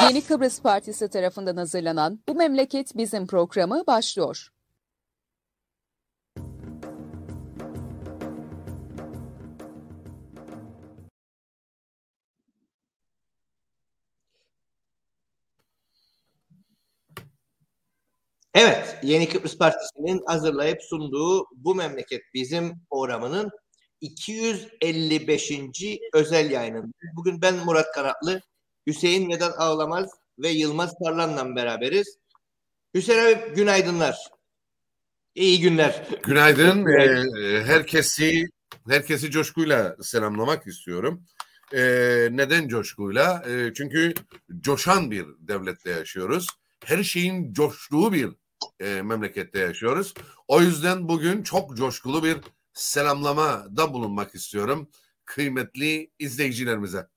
Yeni Kıbrıs Partisi tarafından hazırlanan Bu Memleket Bizim programı başlıyor. Evet, Yeni Kıbrıs Partisi'nin hazırlayıp sunduğu Bu Memleket Bizim programının 255. özel yayınında. Bugün ben Murat Kanatlı, Hüseyin Vedat Ağlamaz ve Yılmaz Tarlan'la beraberiz. Hüseyin abi günaydınlar. İyi günler. Günaydın. Herkesi coşkuyla selamlamak istiyorum. Neden coşkuyla? Çünkü coşan bir devlette yaşıyoruz. Her şeyin coştuğu bir memlekette yaşıyoruz. O yüzden bugün çok coşkulu bir selamlamada bulunmak istiyorum kıymetli izleyicilerimize.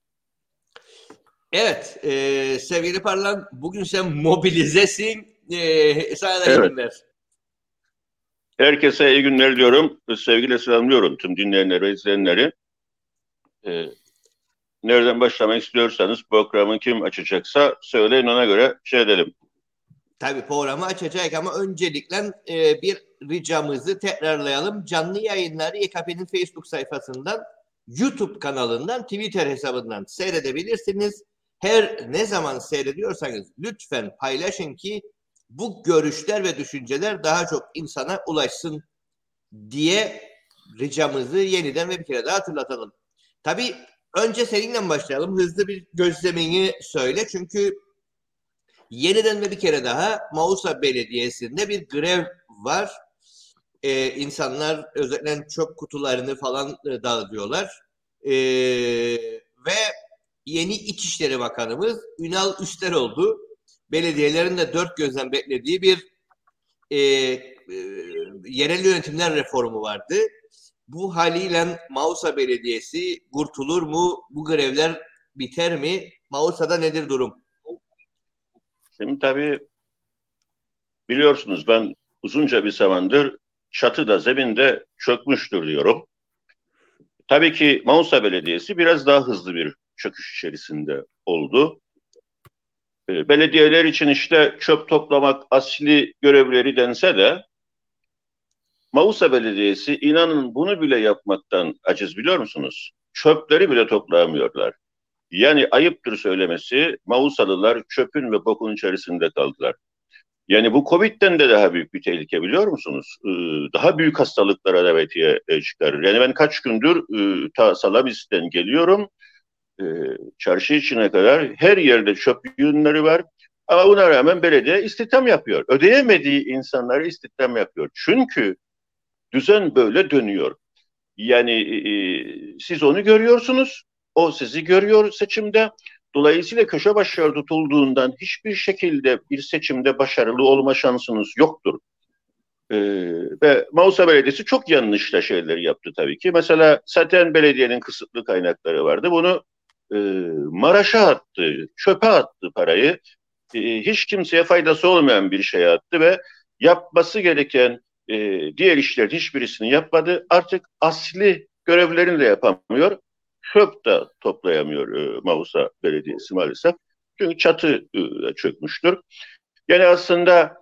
Evet, sevgili Parlan, bugün sen mobilizesin. Sana da iyi günler. Herkese iyi günler diyorum. Sevgiyle selamlıyorum tüm dinleyenleri ve izleyenleri. Nereden başlamak istiyorsanız programı kim açacaksa söyleyin, ona göre şey edelim. Tabii programı açacak ama öncelikle bir ricamızı tekrarlayalım. Canlı yayınları YKP'nin Facebook sayfasından, YouTube kanalından, Twitter hesabından seyredebilirsiniz. Her ne zaman seyrediyorsanız lütfen paylaşın ki bu görüşler ve düşünceler daha çok insana ulaşsın diye ricamızı yeniden ve bir kere daha hatırlatalım. Tabii önce seninle başlayalım. Hızlı bir gözlemini söyle. Çünkü yeniden ve bir kere daha Mausa Belediyesi'nde bir grev var. İnsanlar özellikle çöp kutularını falan dağıtıyorlar. Ve yeni İçişleri Bakanımız Ünal Üsteroğlu belediyelerin de dört gözle beklediği bir yerel yönetimler reformu vardı. Bu haliyle Mausa Belediyesi kurtulur mu? Bu grevler biter mi? Mausa'da nedir durum? Şimdi tabii biliyorsunuz ben uzunca bir zamandır çatıda zeminde çökmüştür diyorum. Tabii ki Mausa Belediyesi biraz daha hızlı bir çöküş içerisinde oldu. Belediyeler için işte çöp toplamak asli görevleri dense de Mausa Belediyesi inanın bunu bile yapmaktan aciz, biliyor musunuz? Çöpleri bile toplayamıyorlar. Yani ayıptır söylemesi, Mausalılar çöpün ve bokun içerisinde kaldılar. Yani bu Covid'den de daha büyük bir tehlike, biliyor musunuz? Daha büyük hastalıklara davetiye çıkarır. Yani ben kaç gündür ta Salabis'ten geliyorum. Çarşı içine kadar her yerde çöp yığınları var. Ama buna rağmen belediye istihdam yapıyor. Ödeyemediği insanları istihdam yapıyor. Çünkü düzen böyle dönüyor. Yani siz onu görüyorsunuz, o sizi görüyor seçimde. Dolayısıyla köşe başları tutulduğundan hiçbir şekilde bir seçimde başarılı olma şansınız yoktur. Ve Mausa Belediyesi çok yanlış şeyleri yaptı tabii ki. Mesela zaten belediyenin kısıtlı kaynakları vardı. Bunu Maraş'a attı, çöpe attı parayı. Hiç kimseye faydası olmayan bir şeye attı ve yapması gereken diğer işlerin hiçbirisini yapmadı. Artık asli görevlerini de yapamıyor. Çöp de toplayamıyor Mausa Belediyesi maalesef. Çünkü çatı çökmüştür. Yani aslında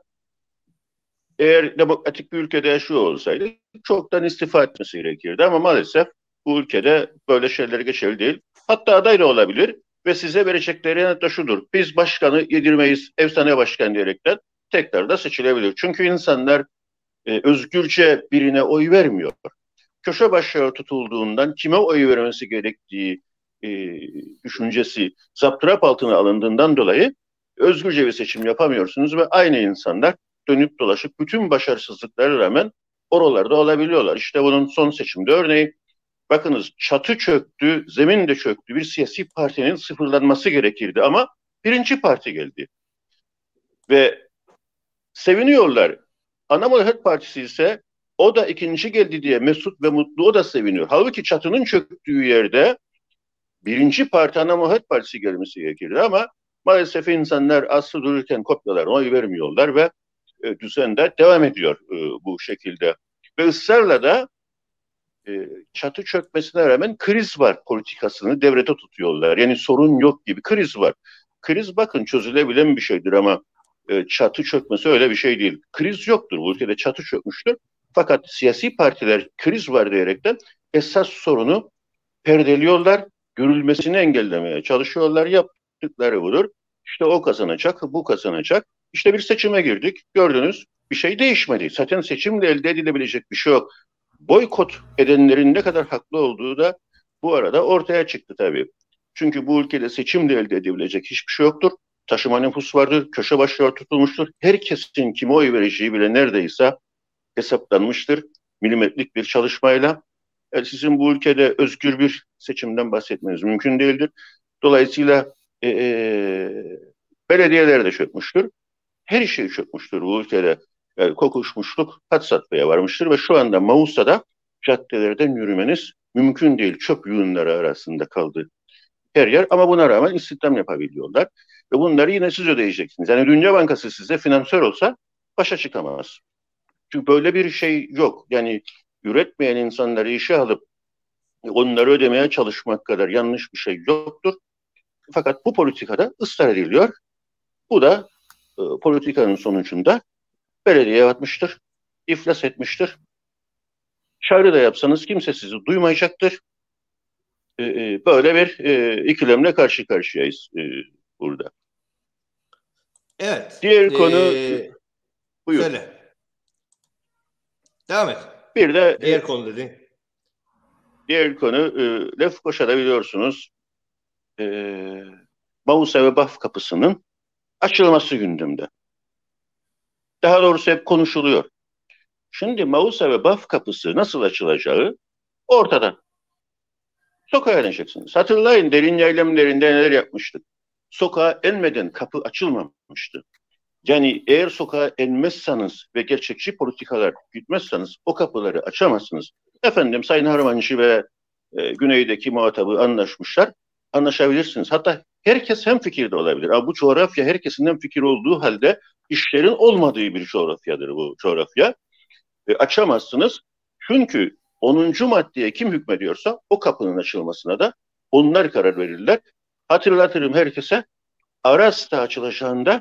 eğer demokratik bir ülkede yaşıyor olsaydı çoktan istifa etmesi gerekirdi. Ama maalesef bu ülkede böyle şeyler geçerli değil. Hatta aday da olabilir ve size verecekleri yanıt da şudur: biz başkanı yedirmeyiz, efsane başkan diyerekten tekrar da seçilebilir. Çünkü insanlar özgürce birine oy vermiyor. Köşe başları tutulduğundan kime oy vermesi gerektiği düşüncesi zaptırap altına alındığından dolayı özgürce bir seçim yapamıyorsunuz ve aynı insanlar dönüp dolaşıp bütün başarısızlıklara rağmen oralarda olabiliyorlar. İşte bunun son seçimde örneği, bakınız, çatı çöktü, zemin de çöktü. Bir siyasi partinin sıfırlanması gerekirdi ama birinci parti geldi. Ve seviniyorlar. Ana Muhalefet Partisi ise o da ikinci geldi diye mesut ve mutlu, o da seviniyor. Halbuki çatının çöktüğü yerde birinci parti Ana Muhalefet Partisi gelmesi gerekirdi ama maalesef insanlar aslı dururken kopyalarına oy vermiyorlar ve düzen de devam ediyor bu şekilde. Ve ısrarla da çatı çökmesine rağmen kriz var politikasını devrede tutuyorlar. Yani sorun yok gibi, kriz var. kriz bakın çözülebilen bir şeydir ama çatı çökmesi öyle bir şey değil. Kriz yoktur. Bu ülkede çatı çökmüştür. Fakat siyasi partiler kriz var diyerekten esas sorunu perdeliyorlar, görülmesini engellemeye çalışıyorlar. Yaptıkları budur. İşte o kazanacak, bu kazanacak. İşte bir seçime girdik. Gördünüz, bir şey değişmedi. Zaten seçimle elde edilebilecek bir şey yok. Boykot edenlerin ne kadar haklı olduğu da bu arada ortaya çıktı tabii. Çünkü bu ülkede seçimle elde edilebilecek hiçbir şey yoktur. Taşıma nüfus vardır, köşe başları tutulmuştur. Herkesin kime oy vereceği bile neredeyse hesaplanmıştır. Milimetrik bir çalışmayla. Yani sizin bu ülkede özgür bir seçimden bahsetmeniz mümkün değildir. Dolayısıyla belediyeler de çökmüştür. Her şey çökmüştür bu ülkede. Yani kokuşmuşluk had safhaya varmıştır ve şu anda Mausa'da caddelerden yürümeniz mümkün değil. Çöp yığınları arasında kaldı her yer ama buna rağmen istihdam yapabiliyorlar. Ve bunları yine siz ödeyeceksiniz. Yani Dünya Bankası size finansör olsa başa çıkamaz. Çünkü böyle bir şey yok. Yani üretmeyen insanları işe alıp onları ödemeye çalışmak kadar yanlış bir şey yoktur. Fakat bu politikada ısrar ediliyor. Bu da politikanın sonucunda belediyeye batmıştır, iflas etmiştir. Çağrı da yapsanız kimse sizi duymayacaktır. Böyle bir ikilemle karşı karşıyayız burada. Evet. Diğer konu buyur. Söyle. Devam et. Bir de Diğer konu dedi. diğer konu Lefkoşa'da biliyorsunuz Mausa ve Baf kapısının açılması gündemde. Daha doğrusu hep konuşuluyor. Şimdi Mausa ve Baf kapısı nasıl açılacağı ortada. Sokağa ineceksiniz. Hatırlayın derin yaylamlarında neler yapmıştık. Sokağa inmeden kapı açılmamıştı. Yani eğer sokağa inmezseniz ve gerçekçi politikalar gütmezseniz o kapıları açamazsınız. Efendim Sayın Harmancı ve güneydeki muhatabı anlaşmışlar. Anlaşabilirsiniz. Hatta herkes hemfikir de olabilir. Ama bu coğrafya herkesin hemfikir olduğu halde işlerin olmadığı bir coğrafyadır bu coğrafya. Açamazsınız. Çünkü 10. maddeye kim hükmediyorsa o kapının açılmasına da onlar karar verirler. Hatırlatırım herkese Aras'ta açılacağında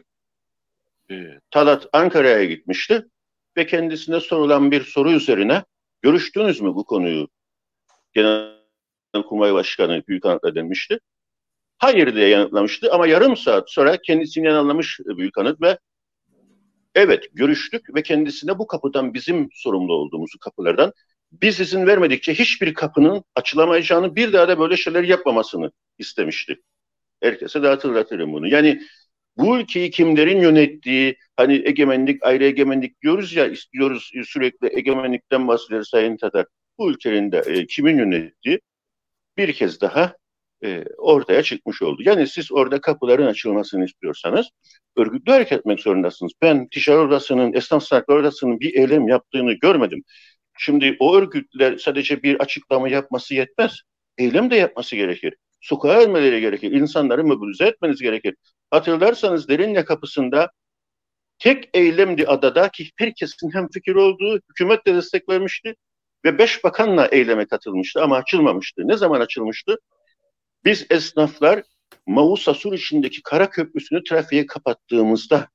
Talat Ankara'ya gitmişti ve kendisine sorulan bir soru üzerine görüştünüz mü bu konuyu? Genelkurmay Başkanı Büyükanıt'la denmişti. Hayır diye yanıtlamıştı ama yarım saat sonra kendisini yanıtlamış Büyükanıt ve evet görüştük ve kendisine bu kapıdan bizim sorumlu olduğumuzu kapılardan biz izin vermedikçe hiçbir kapının açılamayacağını bir daha da böyle şeyler yapmamasını istemişti. Herkese de hatırlatırım bunu. Yani bu ülkeyi kimlerin yönettiği hani egemenlik ayrı egemenlik diyoruz ya istiyoruz sürekli egemenlikten bahsediyor Sayın Tatar. Bu ülkenin de kimin yönettiği bir kez daha ortaya çıkmış oldu. Yani siz orada kapıların açılmasını istiyorsanız örgütlü hareket etmek zorundasınız. Ben ticaret odasının, esnaf sanatlar odasının bir eylem yaptığını görmedim. Şimdi o örgütler sadece bir açıklama yapması yetmez. Eylem de yapması gerekir. Sokağa inmeleri gerekir. İnsanları mobilize etmeniz gerekir. Hatırlarsanız Derince kapısında tek eylemdi adada ki herkesin hemfikir olduğu hükümet de destek vermişti ve 5 bakanla eyleme katılmıştı ama açılmamıştı. Ne zaman açılmıştı? Biz esnaflar Mausa Sur içindeki kara köprüsünü trafiğe kapattığımızda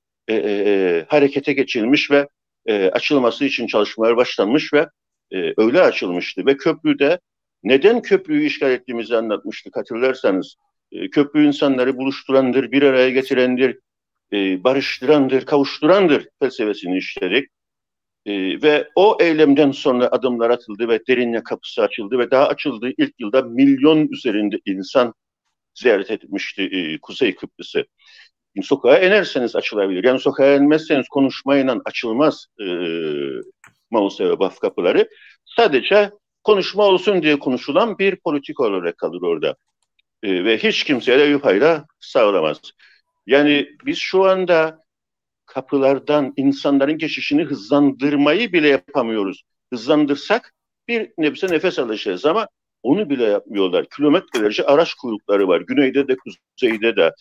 harekete geçilmiş ve açılması için çalışmalar başlanmış ve öyle açılmıştı. Ve köprüde neden köprüyü işgal ettiğimizi anlatmıştık hatırlarsanız. Köprü insanları buluşturandır, bir araya getirendir, barıştırandır, kavuşturandır felsefesini işledik. Ve o eylemden sonra adımlar atıldı ve Derince kapısı açıldı ve daha açıldığı ilk yılda milyon üzerinde insan ziyaret etmişti Kuzey Kıbrıs'ı. Sokağa inerseniz açılabilir. Yani sokağa inmezseniz konuşmayla açılmaz Mausa ve Baf kapıları. Sadece konuşma olsun diye konuşulan bir politika olarak kalır orada. Ve hiç kimseye de fayda sağlamaz. Yani biz şu anda kapılardan insanların geçişini hızlandırmayı bile yapamıyoruz. Hızlandırsak bir nebze nefes alacağız ama onu bile yapmıyorlar. Kilometrelerce araç kuyrukları var. Güneyde de kuzeyde de.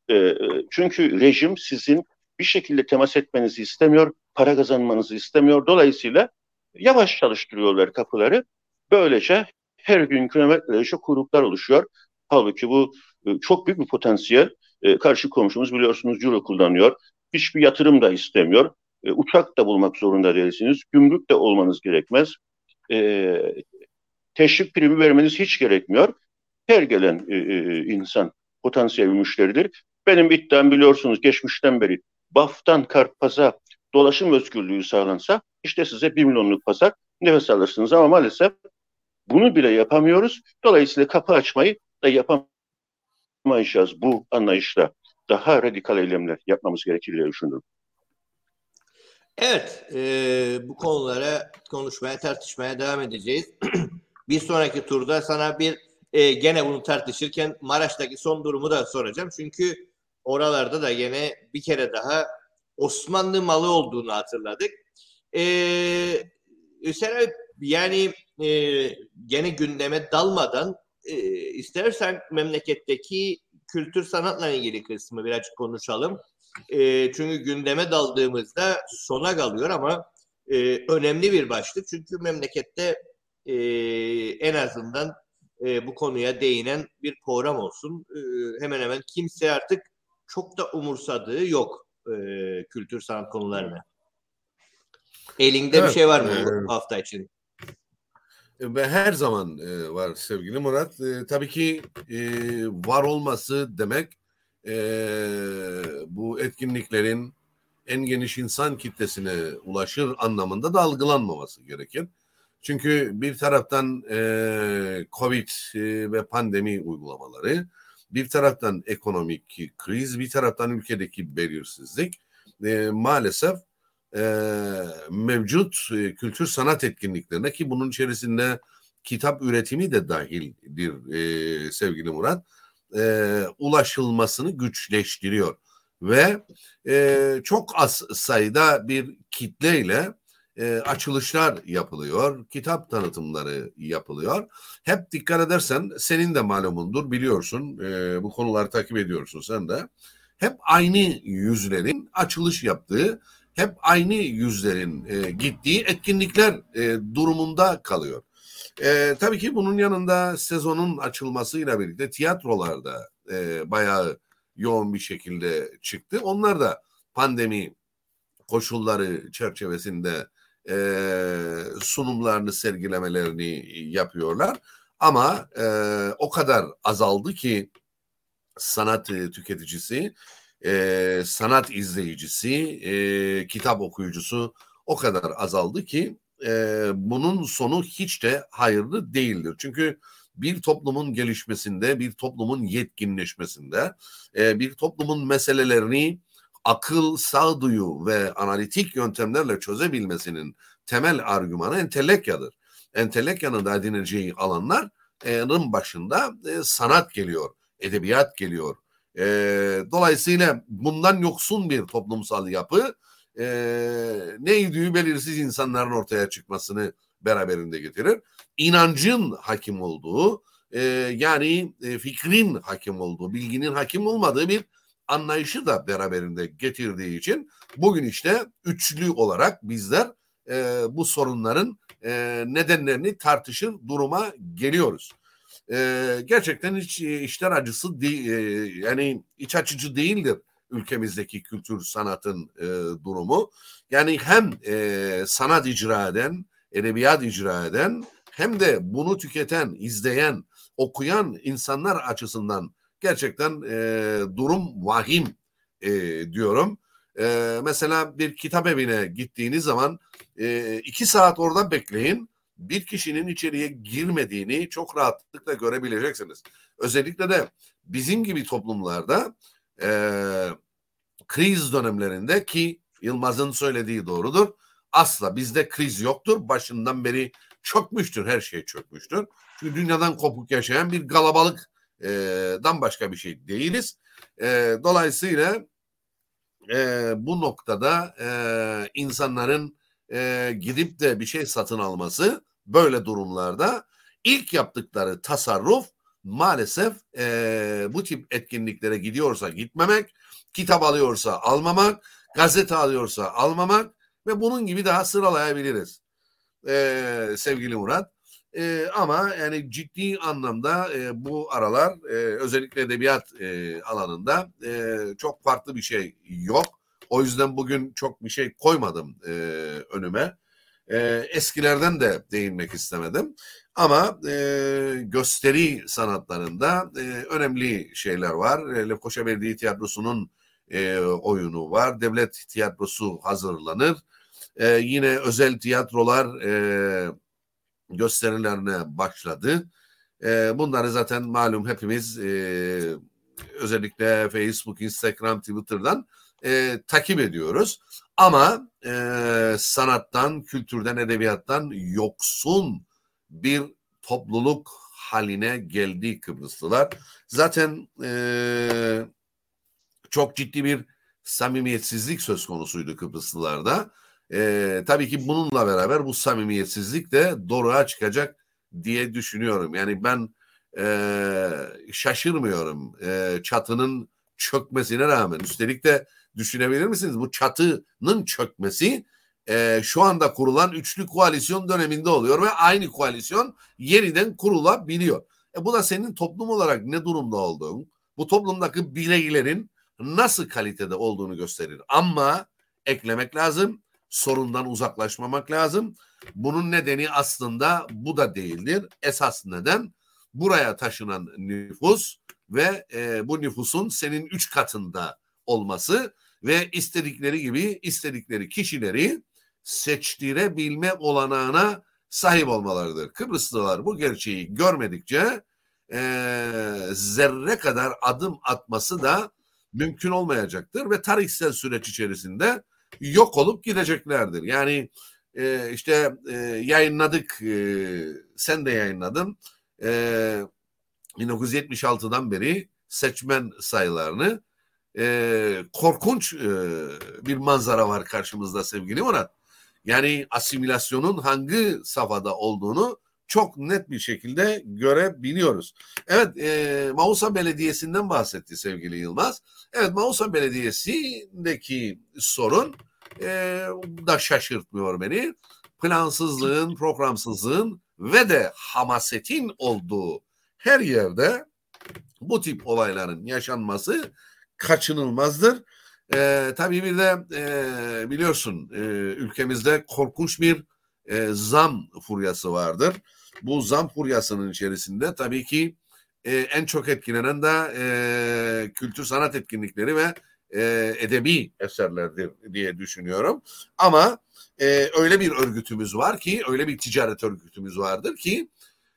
Çünkü rejim sizin bir şekilde temas etmenizi istemiyor, para kazanmanızı istemiyor. Dolayısıyla yavaş çalıştırıyorlar kapıları. Böylece her gün kilometrelerce kuyruklar oluşuyor. Halbuki bu çok büyük bir potansiyel. Karşı komşumuz biliyorsunuz euro kullanıyor. Hiçbir yatırım da istemiyor. Uçak da bulmak zorunda değilsiniz. Gümrük de olmanız gerekmez. Teşvik primi vermeniz hiç gerekmiyor. Her gelen insan potansiyel bir müşteridir. Benim iddiam biliyorsunuz geçmişten beri BAF'tan Karpaz'a dolaşım özgürlüğü sağlansa işte size 1 milyonluk pazar nefes alırsınız ama maalesef bunu bile yapamıyoruz. Dolayısıyla kapı açmayı da yapamayacağız bu anlayışla. Daha radikal eylemler yapmamız gerekir diye düşünüyorum. Evet, bu konulara konuşmaya, tartışmaya devam edeceğiz. Bir sonraki turda sana gene bunu tartışırken Maraş'taki son durumu da soracağım. Çünkü oralarda da gene bir kere daha Osmanlı malı olduğunu hatırladık. Sen yani gene gündeme dalmadan istersen memleketteki kültür sanatla ilgili kısmı birazcık konuşalım. Çünkü gündeme daldığımızda sona kalıyor ama önemli bir başlık. Çünkü memlekette en azından bu konuya değinen bir program olsun. Hemen hemen kimse artık çok da umursadığı yok kültür sanat konularına. Elinde Evet, bir şey var mı bu hafta için? Ve her zaman var sevgili Murat. Tabii ki var olması demek bu etkinliklerin en geniş insan kitlesine ulaşır anlamında da algılanmaması gerekir. Çünkü bir taraftan Covid ve pandemi uygulamaları, bir taraftan ekonomik kriz, bir taraftan ülkedeki belirsizlik maalesef mevcut kültür sanat etkinliklerine, ki bunun içerisinde kitap üretimi de dahildir sevgili Murat, ulaşılmasını güçleştiriyor ve çok az sayıda bir kitleyle açılışlar yapılıyor, kitap tanıtımları yapılıyor. Hep dikkat edersen, senin de malumundur, biliyorsun, bu konuları takip ediyorsun sen de. Hep aynı yüzlerin açılış yaptığı, hep aynı yüzlerin gittiği etkinlikler durumunda kalıyor. Tabii ki bunun yanında sezonun açılmasıyla birlikte tiyatrolarda bayağı yoğun bir şekilde çıktı. Onlar da pandemi koşulları çerçevesinde sunumlarını, sergilemelerini yapıyorlar. Ama o kadar azaldı ki sanat tüketicisi, sanat izleyicisi, kitap okuyucusu o kadar azaldı ki bunun sonu hiç de hayırlı değildir. Çünkü bir toplumun gelişmesinde, bir toplumun yetkinleşmesinde, bir toplumun meselelerini akıl, sağduyu ve analitik yöntemlerle çözebilmesinin temel argümanı entelekyadır. Entelekyanın da edineceği alanların başında sanat geliyor, edebiyat geliyor. Dolayısıyla bundan yoksun bir toplumsal yapı neydi belirsiz insanların ortaya çıkmasını beraberinde getirir. İnancın hakim olduğu, yani fikrin hakim olduğu, bilginin hakim olmadığı bir anlayışı da beraberinde getirdiği için bugün işte üçlü olarak bizler bu sorunların nedenlerini tartışır duruma geliyoruz. Gerçekten hiç işler acısı değil, yani iç açıcı değildir ülkemizdeki kültür sanatın durumu. Yani hem sanat icra eden, edebiyat icra eden, hem de bunu tüketen, izleyen, okuyan insanlar açısından gerçekten durum vahim diyorum. Mesela bir kitap evine gittiğiniz zaman 2 saat orada bekleyin. Bir kişinin içeriye girmediğini çok rahatlıkla görebileceksiniz. Özellikle de bizim gibi toplumlarda kriz dönemlerinde, ki Yılmaz'ın söylediği doğrudur. Asla bizde kriz yoktur. Başından beri çökmüştür. Her şey çökmüştür. Çünkü dünyadan kopuk yaşayan bir kalabalıktan başka bir şey değiliz. Dolayısıyla bu noktada insanların gidip de bir şey satın alması, böyle durumlarda ilk yaptıkları tasarruf maalesef bu tip etkinliklere gidiyorsa gitmemek, kitap alıyorsa almamak, gazete alıyorsa almamak ve bunun gibi daha sıralayabiliriz sevgili Murat. Ama yani ciddi anlamda bu aralar özellikle edebiyat alanında çok farklı bir şey yok. O yüzden bugün çok bir şey koymadım önüme. Eskilerden de değinmek istemedim. Ama gösteri sanatlarında önemli şeyler var. Lefkoşa Belediye Tiyatrosu'nun oyunu var. Devlet tiyatrosu hazırlanır. Yine özel tiyatrolar gösterilerine başladı. Bunları zaten malum hepimiz özellikle Facebook, Instagram, Twitter'dan takip ediyoruz. Ama sanattan, kültürden, edebiyattan yoksun bir topluluk haline geldi Kıbrıslılar. Zaten çok ciddi bir samimiyetsizlik söz konusuydu Kıbrıslılarda. Tabii ki bununla beraber bu samimiyetsizlik de doğruğa çıkacak diye düşünüyorum. Yani ben şaşırmıyorum çatının çökmesine rağmen. Üstelik de düşünebilir misiniz? Bu çatının çökmesi şu anda kurulan üçlü koalisyon döneminde oluyor ve aynı koalisyon yeniden kurulabiliyor. Bu da senin toplum olarak ne durumda olduğun, bu toplumdaki bireylerin nasıl kalitede olduğunu gösterir. Ama eklemek lazım, sorundan uzaklaşmamak lazım. Bunun nedeni aslında bu da değildir. Esas neden buraya taşınan nüfus ve bu nüfusun senin 3 katında olması ve istedikleri gibi istedikleri kişileri seçtirebilme olanağına sahip olmalarıdır. Kıbrıslılar bu gerçeği görmedikçe zerre kadar adım atması da mümkün olmayacaktır ve tarihsel süreç içerisinde yok olup gideceklerdir. Yani işte yayınladık, sen de yayınladın, 1976'dan beri seçmen sayılarını. Korkunç bir manzara var karşımızda sevgili Murat. Yani asimilasyonun hangi safhada olduğunu çok net bir şekilde görebiliyoruz. Evet, Mausa Belediyesi'nden bahsetti sevgili Yılmaz. Evet, Mausa Belediyesi'ndeki sorun da şaşırtmıyor beni. Plansızlığın, programsızlığın ve de hamasetin olduğu her yerde bu tip olayların yaşanması kaçınılmazdır. Tabii bir de biliyorsun ülkemizde korkunç bir zam furyası vardır. Bu zam furyasının içerisinde tabii ki en çok etkilenen de kültür sanat etkinlikleri ve edebi eserlerdir diye düşünüyorum. Ama öyle bir örgütümüz var ki, öyle bir ticaret örgütümüz vardır ki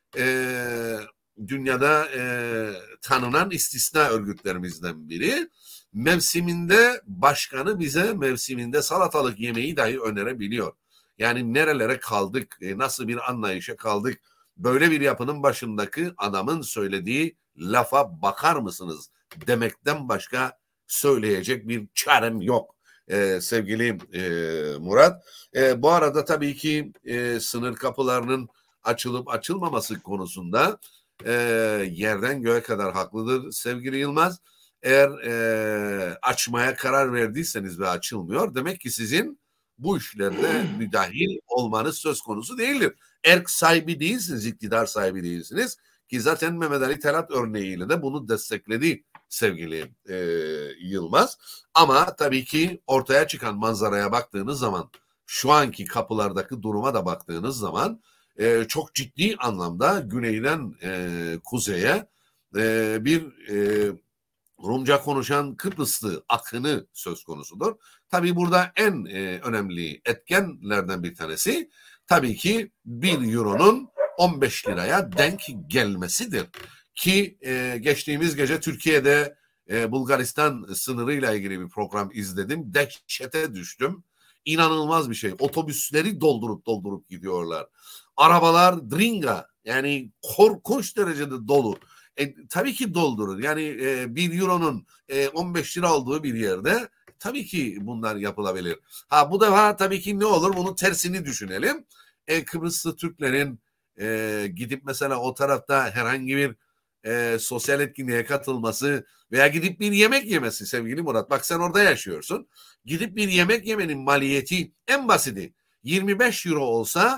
dünyada tanınan istisna örgütlerimizden biri. Mevsiminde başkanı bize mevsiminde salatalık yemeği dahi önerebiliyor. Yani nerelere kaldık, nasıl bir anlayışa kaldık? Böyle bir yapının başındaki adamın söylediği lafa bakar mısınız demekten başka söyleyecek bir çarem yok sevgili Murat. Bu arada tabii ki sınır kapılarının açılıp açılmaması konusunda yerden göğe kadar haklıdır sevgili Yılmaz. Eğer açmaya karar verdiyseniz ve açılmıyor, demek ki sizin bu işlerde müdahil olmanız söz konusu değildir. Erk sahibi değilsiniz, iktidar sahibi değilsiniz ki zaten Mehmet Ali Telat örneğiyle de bunu destekledi sevgili Yılmaz. Ama tabii ki ortaya çıkan manzaraya baktığınız zaman, şu anki kapılardaki duruma da baktığınız zaman çok ciddi anlamda güneyden kuzeye bir Rumca konuşan Kıbrıslı akını söz konusudur. Tabii burada en önemli etkenlerden bir tanesi tabii ki 1 euronun 15 liraya denk gelmesidir. Ki geçtiğimiz gece Türkiye'de Bulgaristan sınırıyla ilgili bir program izledim. Dehşete düştüm. İnanılmaz bir şey. Otobüsleri doldurup gidiyorlar. Arabalar dringa, yani korkunç derecede dolu. Tabii ki doldurur. Yani 1 euronun 15 lira olduğu bir yerde tabii ki bunlar yapılabilir. Bu defa tabii ki ne olur, bunun tersini düşünelim. Kıbrıslı Türklerin gidip mesela o tarafta herhangi bir sosyal etkinliğe katılması veya gidip bir yemek yemesi sevgili Murat. Bak sen orada yaşıyorsun. Gidip bir yemek yemenin maliyeti en basiti 25 euro olsa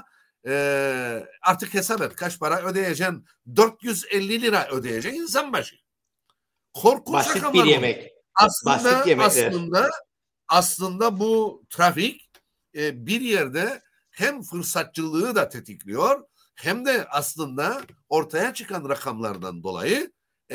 Artık hesap et kaç para ödeyeceksin? 450 lira ödeyecek insan başı. Korkunç Basit rakamlar bir bunlar. yemek. Basit yemekler. Aslında bu trafik bir yerde hem fırsatçılığı da tetikliyor hem de aslında ortaya çıkan rakamlardan dolayı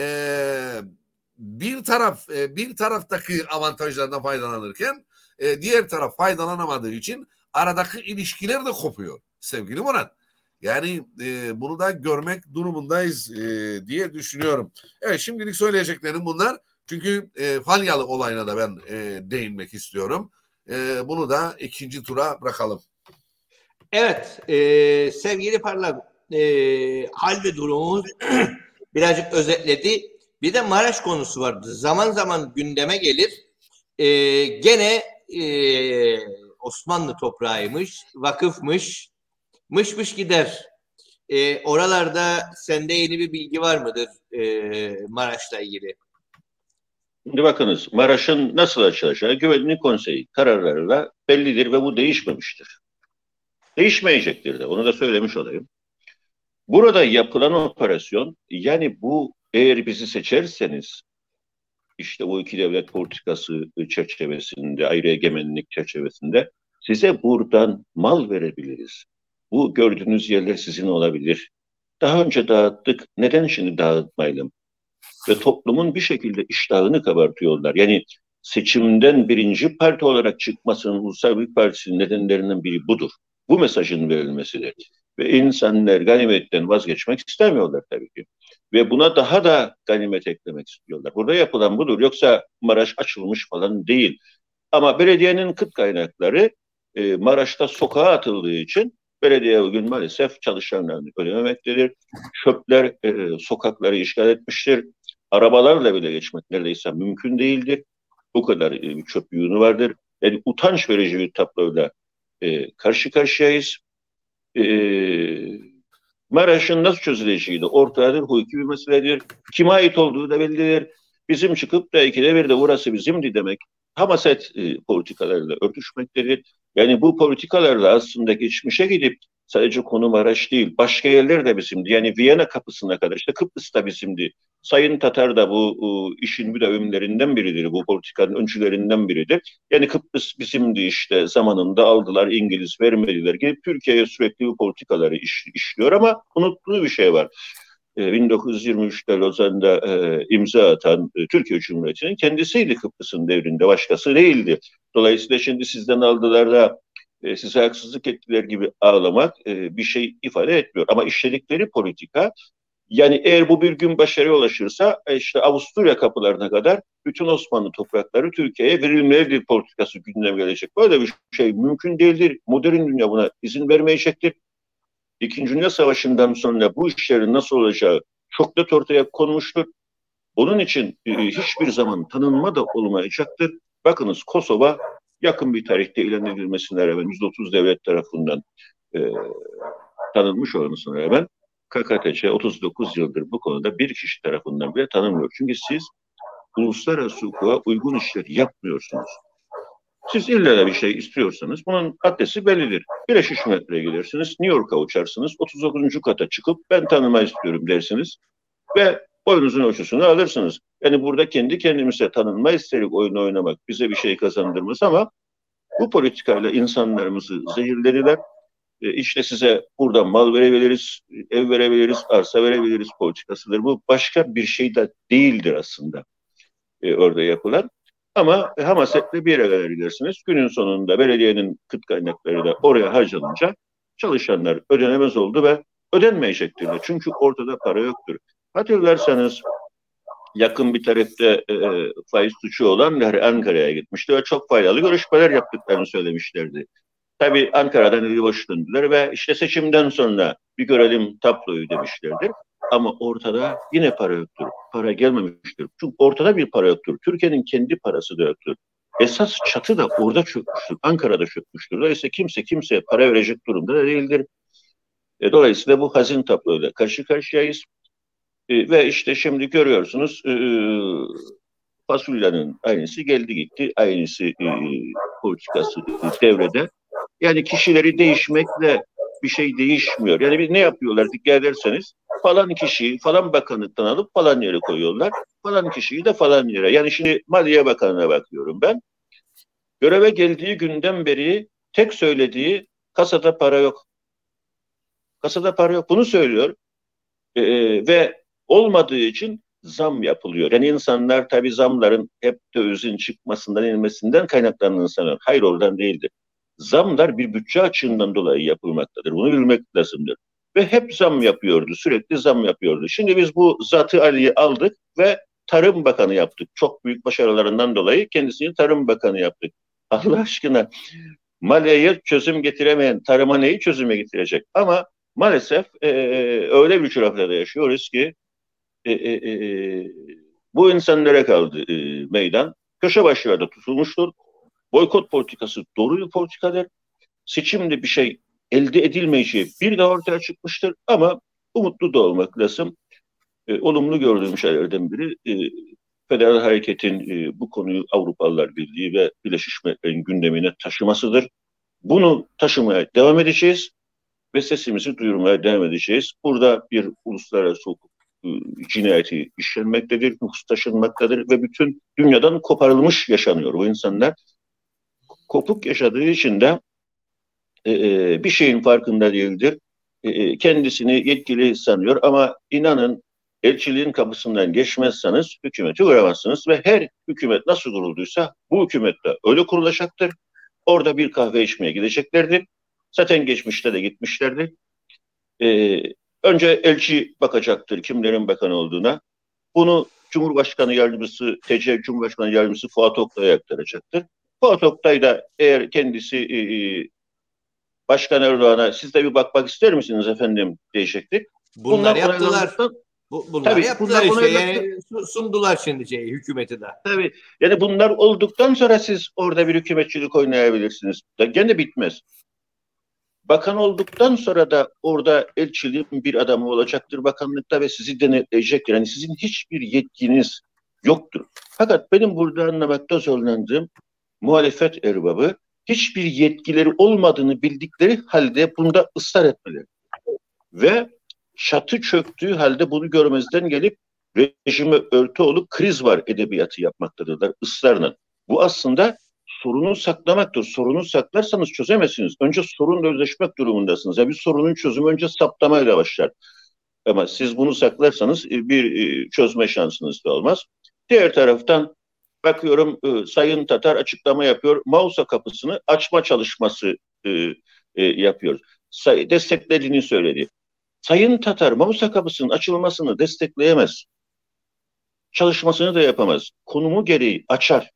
bir taraftaki avantajlardan faydalanırken diğer taraf faydalanamadığı için aradaki ilişkiler de kopuyor sevgili Murat. Yani bunu da görmek durumundayız diye düşünüyorum. Evet, şimdilik söyleyeceklerim bunlar. Çünkü Falyalı olayına da ben değinmek istiyorum. Bunu da ikinci tura bırakalım. Evet, sevgili Parlak, hal ve durumumuz birazcık özetledi. Bir de Maraş konusu vardı. Zaman zaman gündeme gelir. Gene Osmanlı toprağıymış, vakıfmış, mış gider. Oralarda sende yeni bir bilgi var mıdır Maraş'la ilgili? Şimdi bakınız, Maraş'ın nasıl açılacağı Güvenlik Konseyi kararlarıyla bellidir ve bu değişmemiştir. Değişmeyecektir de, onu da söylemiş olayım. Burada yapılan operasyon, yani bu eğer bizi seçerseniz, işte bu iki devlet politikası çerçevesinde, ayrı egemenlik çerçevesinde size buradan mal verebiliriz. Bu gördüğünüz yerler sizin olabilir. Daha önce dağıttık, neden şimdi dağıtmayalım? Ve toplumun bir şekilde iştahını kabartıyorlar. Yani seçimden birinci parti olarak çıkmasının Ulusal Birlik Partisi'nin nedenlerinden biri budur. Bu mesajın verilmesidir. Ve insanlar ganimetten vazgeçmek istemiyorlar tabii ki. Ve buna daha da ganimet eklemek istiyorlar. Burada yapılan budur. Yoksa Maraş açılmış falan değil. Ama belediyenin kıt kaynakları Maraş'ta sokağa atıldığı için belediye bugün maalesef çalışanlarını ödememektedir. Çöpler sokakları işgal etmiştir. Arabalarla bile geçmek neredeyse mümkün değildir. Bu kadar çöp yığını vardır. Yani utanç verici bir tabloyla karşı karşıyayız. Maraş'ın nasıl çözüleceği de ortadadır, hukuki bir meseledir. Kime ait olduğu da bellidir. Bizim çıkıp da ikide bir de burası bizimdi demek hamaset politikalarıyla örtüşmektedir. Yani bu politikalarla aslında geçmişe gidip sadece konu Maraş değil, başka yerler de bizimdi. Yani Viyana kapısına kadar, işte Kıbrıs da bizimdi. Sayın Tatar da bu işin müdavimlerinden biridir, bu politikanın öncülerinden biridir. Yani Kıbrıs bizimdi işte, zamanında aldılar, İngiliz vermediler. Gelip Türkiye'ye sürekli bu politikaları işliyor ama unuttuğu bir şey var. 1923'te Lozan'da imza atan Türkiye Cumhuriyeti'nin kendisiydi Kıbrıs'ın devrinde, başkası değildi. Dolayısıyla şimdi sizden aldılar da size haksızlık ettiler gibi ağlamak bir şey ifade etmiyor. Ama işledikleri politika, yani eğer bu bir gün başarıya ulaşırsa işte Avusturya kapılarına kadar bütün Osmanlı toprakları Türkiye'ye verilmelidir politikası gündeme gelecek. Böyle bir şey mümkün değildir. Modern dünya buna izin vermeyecektir. İkinci Dünya Savaşı'ndan sonra bu işlerin nasıl olacağı çok net ortaya konmuştur. Onun için hiçbir zaman tanınma da olmayacaktır. Bakınız, Kosova yakın bir tarihte ilan edilmesine rağmen 130 devlet tarafından tanınmış olmasına rağmen KKTC 39 yıldır bu konuda bir kişi tarafından bile tanınmıyor. Çünkü siz uluslararası hukuka uygun işler yapmıyorsunuz. Siz illa da bir şey istiyorsanız bunun adresi bellidir. Birleşmiş Milletler'e gidersiniz, New York'a uçarsınız, 39. kata çıkıp ben tanıma istiyorum dersiniz ve boyunuzun ölçüsünü alırsınız. Yani burada kendi kendimize tanınma isterik oyunu oynamak bize bir şey kazandırmaz ama bu politikayla insanlarımızı zehirlediler. İşte size buradan mal verebiliriz, ev verebiliriz, arsa verebiliriz politikasıdır. Bu başka bir şey de değildir aslında orada yapılan. Ama hamasetle bir yere kadar gidersiniz. Günün sonunda belediyenin kıt kaynakları da oraya harcanınca çalışanlar ödenemez oldu ve ödenmeyecektir de. Çünkü ortada para yoktur. Hatırlarsanız yakın bir tarihte faiz suçu olanlar Ankara'ya gitmişti ve çok faydalı görüşmeler yaptıklarını söylemişlerdi. Tabii Ankara'dan eli boş döndüler ve işte seçimden sonra bir görelim tabloyu demişlerdir. Ama ortada yine para yoktur. Para gelmemiştir. Çünkü ortada bir para yoktur. Türkiye'nin kendi parası da yoktur. Esas çatı da orada çökmüştür. Ankara'da çökmüştür. Dolayısıyla kimse kimseye para verecek durumda da değildir. Dolayısıyla bu hazin tabloyla karşı karşıyayız. Ve işte şimdi görüyorsunuz fasulyenin aynısı geldi gitti. Aynısı politikası devrede. Yani kişileri değişmekle bir şey değişmiyor. Yani bir ne yapıyorlar dikkat ederseniz falan kişiyi falan bakanlıktan alıp falan yere koyuyorlar. Falan kişiyi de falan yere. Yani şimdi Maliye Bakanı'na bakıyorum ben. Göreve geldiği günden beri tek söylediği kasada para yok. Kasada para yok. Bunu söylüyor. Ve olmadığı için zam yapılıyor. Yani insanlar tabii zamların hep dövizin çıkmasından inmesinden kaynaklandığını sanıyor. Hayır, oradan değildir. Zamlar bir bütçe açığından dolayı yapılmaktadır. Bunu bilmek lazımdır. Ve hep zam yapıyordu. Sürekli zam yapıyordu. Şimdi biz bu Zatı Ali'yi aldık ve Tarım Bakanı yaptık. Çok büyük başarılarından dolayı kendisini Tarım Bakanı yaptık. Allah aşkına, Maliye'ye çözüm getiremeyen tarıma neyi çözüme getirecek? Ama maalesef öyle bir coğrafyada yaşıyoruz ki e, e, e, bu insanlara kaldı meydan. Köşe başlarda tutulmuştur. Boykot politikası doğru bir politikadır. Seçimde bir şey elde edilmeyeceği bir de ortaya çıkmıştır. Ama umutlu da olmak lazım. Olumlu gördüğüm şeylerden biri Federal Hareket'in bu konuyu Avrupalılar Birliği ve Birleşmiş Milletler'in gündemine taşımasıdır. Bunu taşımaya devam edeceğiz ve sesimizi duyurmaya devam edeceğiz. Burada bir uluslararası hukuk cinayeti işlenmektedir, nüfus taşınmaktadır ve bütün dünyadan koparılmış yaşanıyor. Bu insanlar kopuk yaşadığı için de bir şeyin farkında değildir. Kendisini yetkili sanıyor ama inanın elçiliğin kapısından geçmezseniz hükümeti kuramazsınız ve her hükümet nasıl kurulduysa bu hükümet de öyle kurulacaktır. Orada bir kahve içmeye gideceklerdir. Zaten geçmişte de gitmişlerdi. Önce elçi bakacaktır kimlerin bakan olduğuna. Bunu Cumhurbaşkanı Yardımcısı, TC Cumhurbaşkanı Yardımcısı Fuat Oktay'a aktaracaktır. Fuat Oktay da eğer kendisi Başkan Erdoğan'a siz de bir bakmak ister misiniz efendim diyecektir. Bunlar yaptılar. Bunlar tabii, yaptılar işte. Yani sundular şimdi hükümeti de. Tabii. Yani bunlar olduktan sonra siz orada bir hükümetçilik oynayabilirsiniz. Gene bitmez. Bakan olduktan sonra da orada elçiliğin bir adamı olacaktır bakanlıkta ve sizi denetleyecektir. Yani sizin hiçbir yetkiniz yoktur. Fakat benim burada anlamakta zorlandığım muhalefet erbabı hiçbir yetkileri olmadığını bildikleri halde bunda ısrar etmeleri. Ve çatı çöktüğü halde bunu görmezden gelip rejime örtü olup kriz var edebiyatı yapmaktadırlar ısrarla. Bu aslında sorunu saklamaktır. Sorunu saklarsanız çözemezsiniz. Önce sorunla özleşmek durumundasınız. Yani bir sorunun çözümü önce saptamayla başlar. Ama siz bunu saklarsanız bir çözme şansınız da olmaz. Diğer taraftan bakıyorum Sayın Tatar açıklama yapıyor. Mausa kapısını açma çalışması yapıyor. Desteklediğini söyledi. Sayın Tatar Mausa kapısının açılmasını destekleyemez. Çalışmasını da yapamaz. Konumu gereği açar.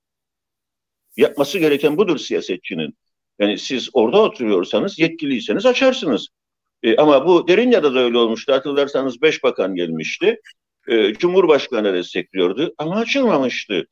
Yapması gereken budur siyasetçinin. Yani siz orada oturuyorsanız, yetkiliyseniz açarsınız. Ama bu Derinya'da da öyle olmuştu. Hatırlarsanız 5 bakan gelmişti. Cumhurbaşkanı destekliyordu ama açılmamıştı.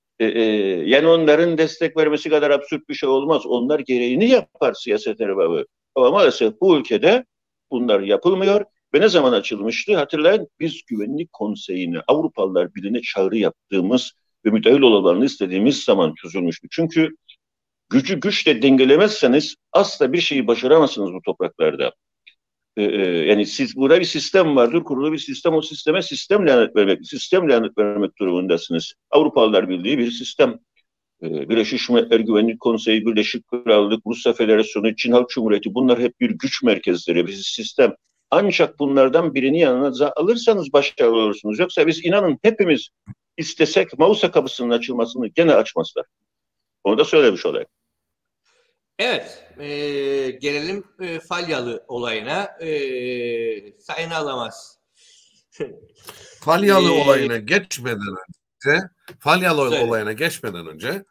Yani onların destek vermesi kadar absürt bir şey olmaz. Onlar gereğini yapar siyaset erbabı. Ama maalesef bu ülkede bunlar yapılmıyor. Ve ne zaman açılmıştı? Hatırlayın, biz Güvenlik Konseyi'ne, Avrupalılar Birliği'ne çağrı yaptığımız ve müdahil olmalarını istediğimiz zaman çözülmüştü. Çünkü gücü güçle dengelemezseniz asla bir şeyi başaramazsınız bu topraklarda. Yani siz burada bir sistem vardır, kurulu bir sistem, o sisteme sistem lanet vermek durumundasınız. Avrupalılar Birliği bir sistem. Birleşmiş Milletler Güvenlik Konseyi, Birleşik Krallık, Rusya Federasyonu, Çin Halk Cumhuriyeti bunlar hep bir güç merkezleri, bir sistem. Ancak bunlardan birini yanınıza alırsanız başarılı olursunuz. Yoksa biz inanın hepimiz istesek Mausa kapısının açılmasını gene açmazlar. Onu da söylemiş olayım. Evet, gelelim Falyalı olayına. Sayın Alamaz. Falyalı olayına geçmeden önce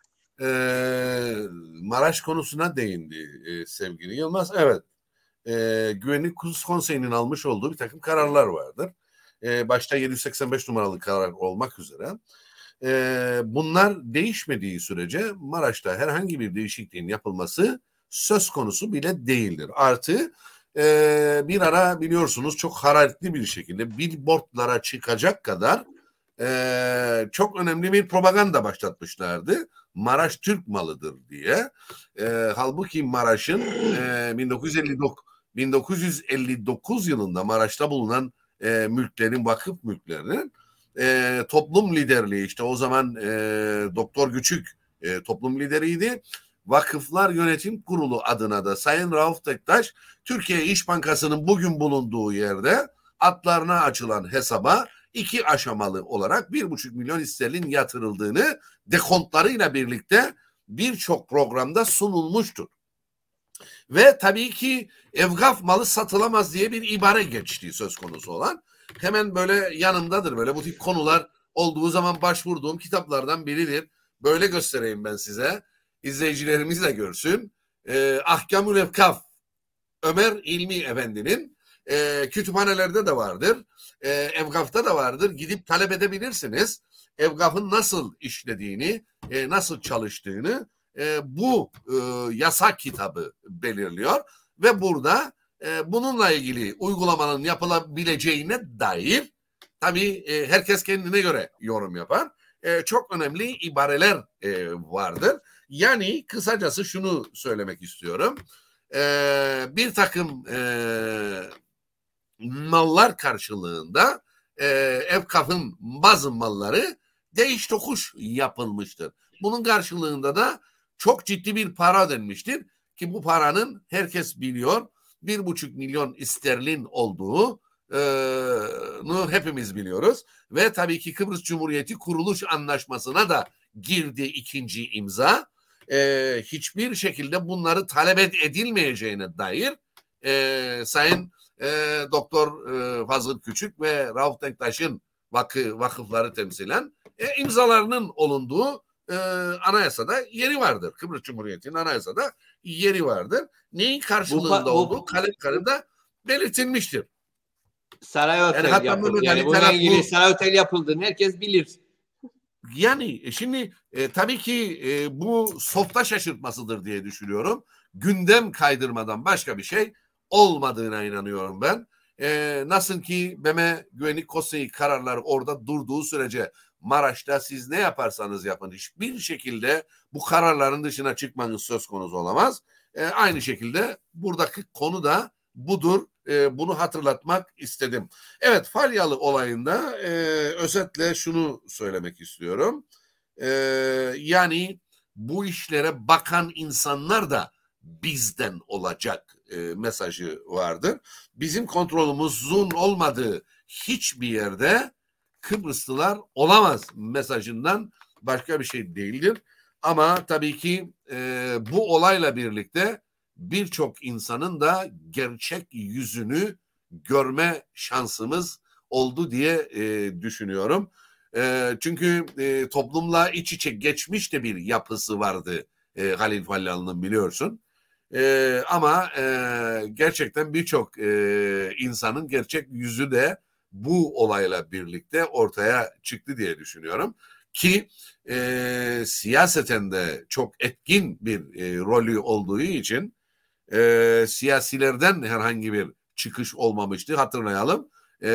Maraş konusuna değindi sevgili Yılmaz. Evet, Güvenlik Konseyi'nin almış olduğu bir takım kararlar vardır. Başta 785 numaralı karar olmak üzere. Bunlar değişmediği sürece Maraş'ta herhangi bir değişikliğin yapılması söz konusu bile değildir. Artı bir ara biliyorsunuz çok hararetli bir şekilde billboardlara çıkacak kadar çok önemli bir propaganda başlatmışlardı. Maraş Türk malıdır diye. Halbuki Maraş'ın 1959 yılında Maraş'ta bulunan mülklerin, vakıf mülklerinin toplum liderliği, işte o zaman Doktor Güçük toplum lideriydi. Vakıflar Yönetim Kurulu adına da Sayın Rauf Tektaş, Türkiye İş Bankası'nın bugün bulunduğu yerde adlarına açılan hesaba 2 aşamalı olarak 1,5 milyon sterlin yatırıldığını dekontlarıyla birlikte birçok programda sunulmuştur. Ve tabii ki evgaf malı satılamaz diye bir ibare geçtiği söz konusu olan, hemen böyle yanımdadır, böyle bu tip konular olduğu zaman başvurduğum kitaplardan biridir. Böyle göstereyim ben size. İzleyicilerimiz de görsün. Ahkamül Evkaf, Ömer İlmi Efendi'nin kütüphanelerde de vardır. Evgaf'ta da vardır. Gidip talep edebilirsiniz. Evgaf'ın nasıl işlediğini, nasıl çalıştığını bu yasak kitabı belirliyor. Ve burada bununla ilgili uygulamanın yapılabileceğine dair, tabii herkes kendine göre yorum yapar. Çok önemli ibareler vardır. Yani kısacası şunu söylemek istiyorum. Bir takım mallar karşılığında Evkaf'ın bazı malları değiş tokuş yapılmıştır. Bunun karşılığında da çok ciddi bir para ödenmiştir ki bu paranın herkes biliyor 1,5 milyon sterlin olduğunu hepimiz biliyoruz. Ve tabii ki Kıbrıs Cumhuriyeti Kuruluş Anlaşması'na da girdi ikinci imza. Hiçbir şekilde bunları talep edilmeyeceğine dair Sayın Doktor Fazıl Küçük ve Rauf Denktaş'ın vakıfları temsilen imzalarının olunduğu anayasada yeri vardır. Kıbrıs Cumhuriyeti'nin anayasada yeri vardır. Neyin karşılığında olduğu kalem kalem belirtilmiştir. Saray Otel yapıldı. Yani bununla ilgili Saray Otel yapıldığını herkes bilir. Yani şimdi tabii ki bu softa şaşırtmasıdır diye düşünüyorum. Gündem kaydırmadan başka bir şey olmadığına inanıyorum ben. Nasıl ki BM Güvenlik Konseyi kararları orada durduğu sürece Maraş'ta siz ne yaparsanız yapın hiçbir şekilde bu kararların dışına çıkmanız söz konusu olamaz. Aynı şekilde buradaki konu da budur. Bunu hatırlatmak istedim. Evet, Falyalı olayında özetle şunu söylemek istiyorum. Yani bu işlere bakan insanlar da bizden olacak mesajı vardır. Bizim kontrolümüzün olmadığı hiçbir yerde Kıbrıslılar olamaz mesajından başka bir şey değildir. Ama tabii ki bu olayla birlikte birçok insanın da gerçek yüzünü görme şansımız oldu diye düşünüyorum. Çünkü toplumla iç içe geçmiş de bir yapısı vardı Halil Falyalı'nın, biliyorsun. Ama gerçekten birçok insanın gerçek yüzü de bu olayla birlikte ortaya çıktı diye düşünüyorum. Ki siyaseten de çok etkin bir rolü olduğu için siyasilerden herhangi bir çıkış olmamıştı. Hatırlayalım.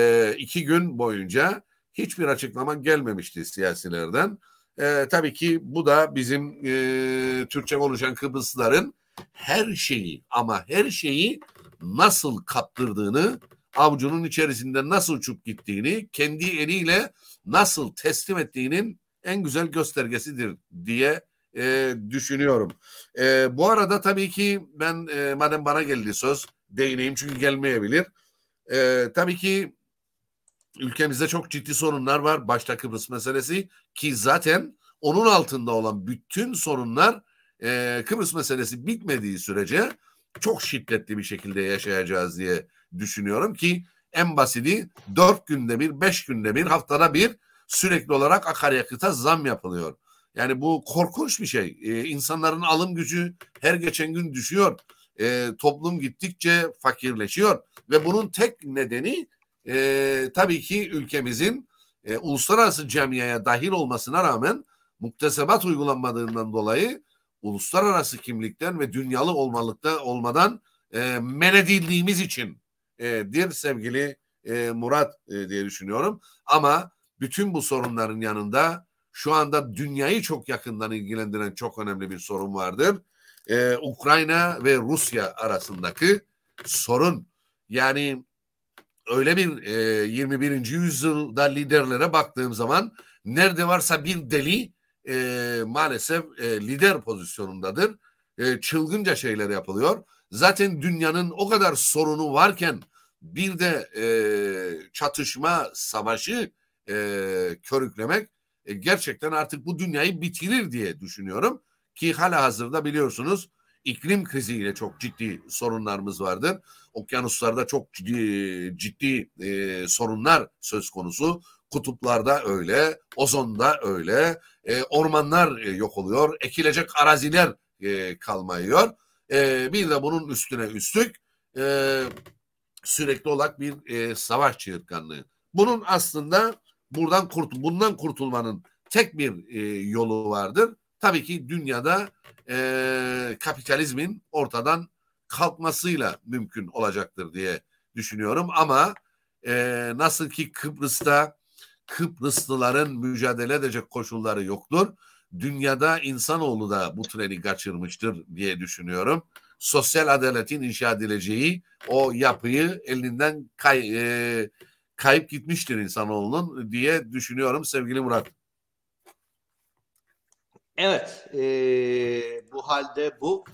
2 gün boyunca hiçbir açıklama gelmemişti siyasilerden. Tabii ki bu da bizim Türkçe konuşan Kıbrıslıların her şeyi ama her şeyi nasıl kaptırdığını, avucunun içerisinde nasıl uçup gittiğini, kendi eliyle nasıl teslim ettiğinin en güzel göstergesidir diye düşünüyorum. Bu arada tabii ki ben madem bana geldi söz değineyim çünkü gelmeyebilir. Tabii ki ülkemizde çok ciddi sorunlar var. Başta Kıbrıs meselesi ki zaten onun altında olan bütün sorunlar Kıbrıs meselesi bitmediği sürece çok şiddetli bir şekilde yaşayacağız diye düşünüyorum ki en basiti 4 günde bir, 5 günde bir, haftada bir sürekli olarak akaryakıta zam yapılıyor. Yani bu korkunç bir şey. İnsanların alım gücü her geçen gün düşüyor. Toplum gittikçe fakirleşiyor ve bunun tek nedeni tabii ki ülkemizin uluslararası camiaya dahil olmasına rağmen muktesebat uygulanmadığından dolayı uluslararası kimlikten ve dünyalı olmadan men edildiğimiz için dir sevgili Murat diye düşünüyorum. Ama bütün bu sorunların yanında şu anda dünyayı çok yakından ilgilendiren çok önemli bir sorun vardır. Ukrayna ve Rusya arasındaki sorun. Yani öyle bir 21. yüzyılda liderlere baktığım zaman nerede varsa bir deli maalesef lider pozisyonundadır. Çılgınca şeyler yapılıyor. Zaten dünyanın o kadar sorunu varken bir de çatışma, savaşı körüklemek gerçekten artık bu dünyayı bitirir diye düşünüyorum. Ki halihazırda biliyorsunuz iklim kriziyle çok ciddi sorunlarımız vardır. Okyanuslarda çok ciddi sorunlar söz konusu. Kutuplarda öyle, ozonda öyle. Ormanlar yok oluyor. Ekilecek araziler kalmıyor. Bir de bunun üstüne üstlük sürekli olarak bir savaş çığırtkanlığı. Bunun aslında bundan kurtulmanın tek bir yolu vardır. Tabii ki dünyada kapitalizmin ortadan kalkmasıyla mümkün olacaktır diye düşünüyorum. Ama nasıl ki Kıbrıs'ta Kıbrıslıların mücadele edecek koşulları yoktur. Dünyada insanoğlu da bu treni kaçırmıştır diye düşünüyorum. Sosyal adaletin inşa edileceği o yapıyı elinden kayıp gitmiştir insanoğlunun diye düşünüyorum sevgili Murat. Evet, bu halde bu.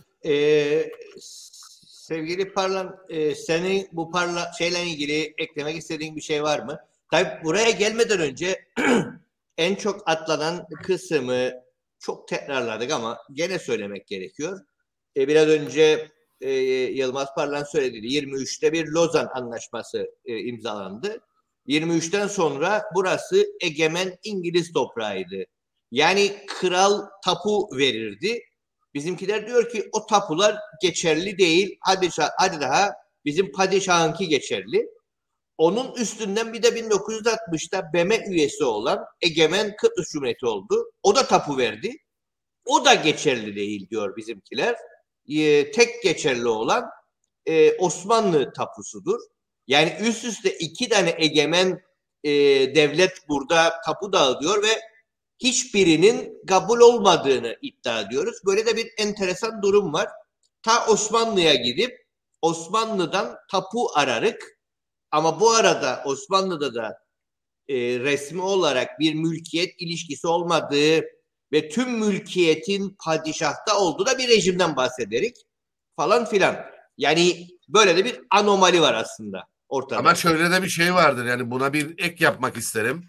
Sevgili Parlan, senin bu şeyle ilgili eklemek istediğin bir şey var mı? Tabii buraya gelmeden önce en çok atlanan kısmı çok tekrarladık ama gene söylemek gerekiyor. Biraz önce Yılmaz Parlan söyledi. 23'te bir Lozan Anlaşması imzalandı. 23'ten sonra burası egemen İngiliz toprağıydı. Yani kral tapu verirdi. Bizimkiler diyor ki o tapular geçerli değil. Hadi daha bizim padişahınki geçerli. Onun üstünden bir de 1960'ta BM üyesi olan Egemen Kıbrıs Cumhuriyeti oldu. O da tapu verdi. O da geçerli değil diyor bizimkiler. Tek geçerli olan Osmanlı tapusudur. Yani üst üste 2 tane egemen devlet burada tapu dağıtıyor ve hiçbirinin kabul olmadığını iddia ediyoruz. Böyle de bir enteresan durum var. Ta Osmanlı'ya gidip Osmanlı'dan tapu ararık. Ama bu arada Osmanlı'da da resmi olarak bir mülkiyet ilişkisi olmadığı ve tüm mülkiyetin padişahta olduğu da bir rejimden bahsederek falan filan. Yani böyle de bir anomali var aslında ortada. Ama şöyle de bir şey vardır, yani buna bir ek yapmak isterim.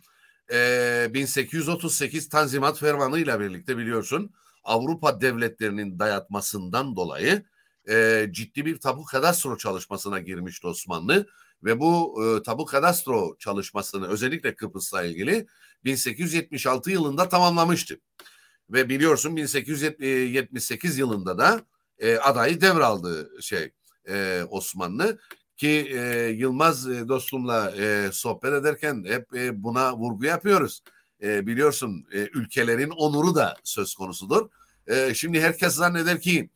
1838 Tanzimat Fermanı ile birlikte biliyorsun Avrupa devletlerinin dayatmasından dolayı ciddi bir tapu kadastro çalışmasına girmişti Osmanlı ve bu tapu kadastro çalışmasını özellikle Kıbrıs'la ilgili 1876 yılında tamamlamıştı. Ve biliyorsun 1878 yılında da adayı devraldı Osmanlı. Ki Yılmaz dostumla sohbet ederken hep buna vurgu yapıyoruz. Biliyorsun ülkelerin onuru da söz konusudur. Şimdi herkes zanneder ki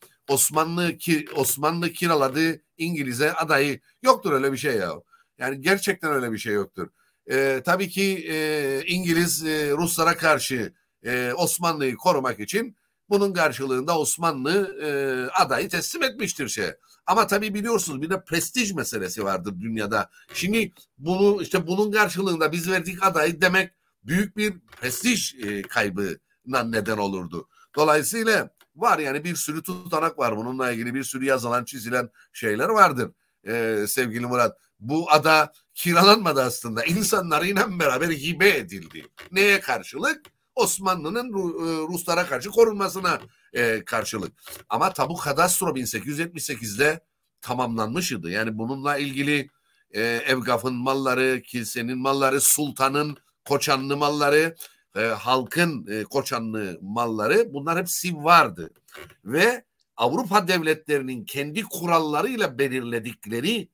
Osmanlı kiraladı İngiliz'e adayı. Yoktur öyle bir şey ya. Yani gerçekten öyle bir şey yoktur. Tabii ki İngiliz Ruslara karşı Osmanlı'yı korumak için bunun karşılığında Osmanlı adayı teslim etmiştir Ama tabii biliyorsunuz bir de prestij meselesi vardır dünyada. Şimdi bunun karşılığında biz verdik adayı demek büyük bir prestij kaybına neden olurdu. Dolayısıyla var yani bir sürü tutanak var. Bununla ilgili bir sürü yazılan çizilen şeyler vardır sevgili Murat. Bu ada kiralanmadı aslında. İnsanlarıyla beraber hibe edildi. Neye karşılık? Osmanlı'nın Ruslara karşı korunmasına karşılık. Ama tabu kadastro 1878'de tamamlanmıştı. Yani bununla ilgili Evgaf'ın malları, kilisenin malları, sultanın Koçanlı malları, halkın Koçanlı malları, bunlar hepsi vardı. Ve Avrupa devletlerinin kendi kurallarıyla belirledikleri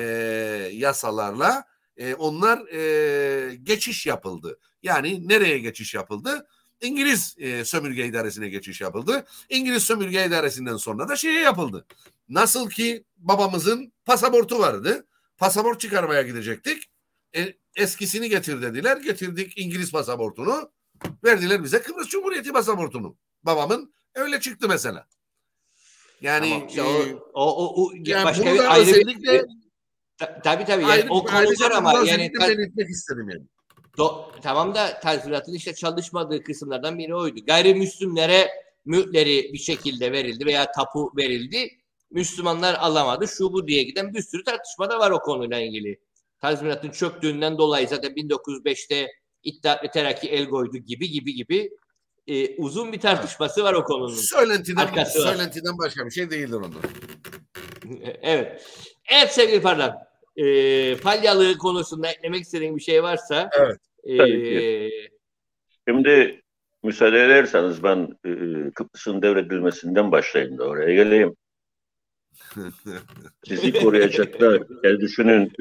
yasalarla onlar geçiş yapıldı. Yani nereye geçiş yapıldı? İngiliz sömürge idaresine geçiş yapıldı. İngiliz sömürge idaresinden sonra da yapıldı. Nasıl ki babamızın pasaportu vardı. Pasaport çıkarmaya gidecektik. Eskisini getir dediler. Getirdik İngiliz pasaportunu. Verdiler bize Kıbrıs Cumhuriyeti pasaportunu. Babamın öyle çıktı mesela. Yani Tamam. İşte o yani başka bunu da bir ayrı özellikle tabii yani o konu ayrıca var bunu ama da yani özellikle belirtmek istedim yani. Tamam da tazminatın işte çalışmadığı kısımlardan biri oydu. Gayrimüslimlere mülkleri bir şekilde verildi veya tapu verildi. Müslümanlar alamadı. Şu bu diye giden bir sürü tartışma da var o konuyla ilgili. Tazminatın çöktüğünden dolayı zaten 1905'te İttihat ve Terakki el koydu gibi uzun bir tartışması var o konunun. Söylentiden başka bir şey değildir onlar. Evet. Evet sevgili Parlak. Palyalı konusunda eklemek istediğin bir şey varsa Evet. Tabii ki. Şimdi müsaade ederseniz ben Kıbrıs'ın devredilmesinden başlayayım da oraya geleyim. Sizi koruyacaklar. Yani düşünün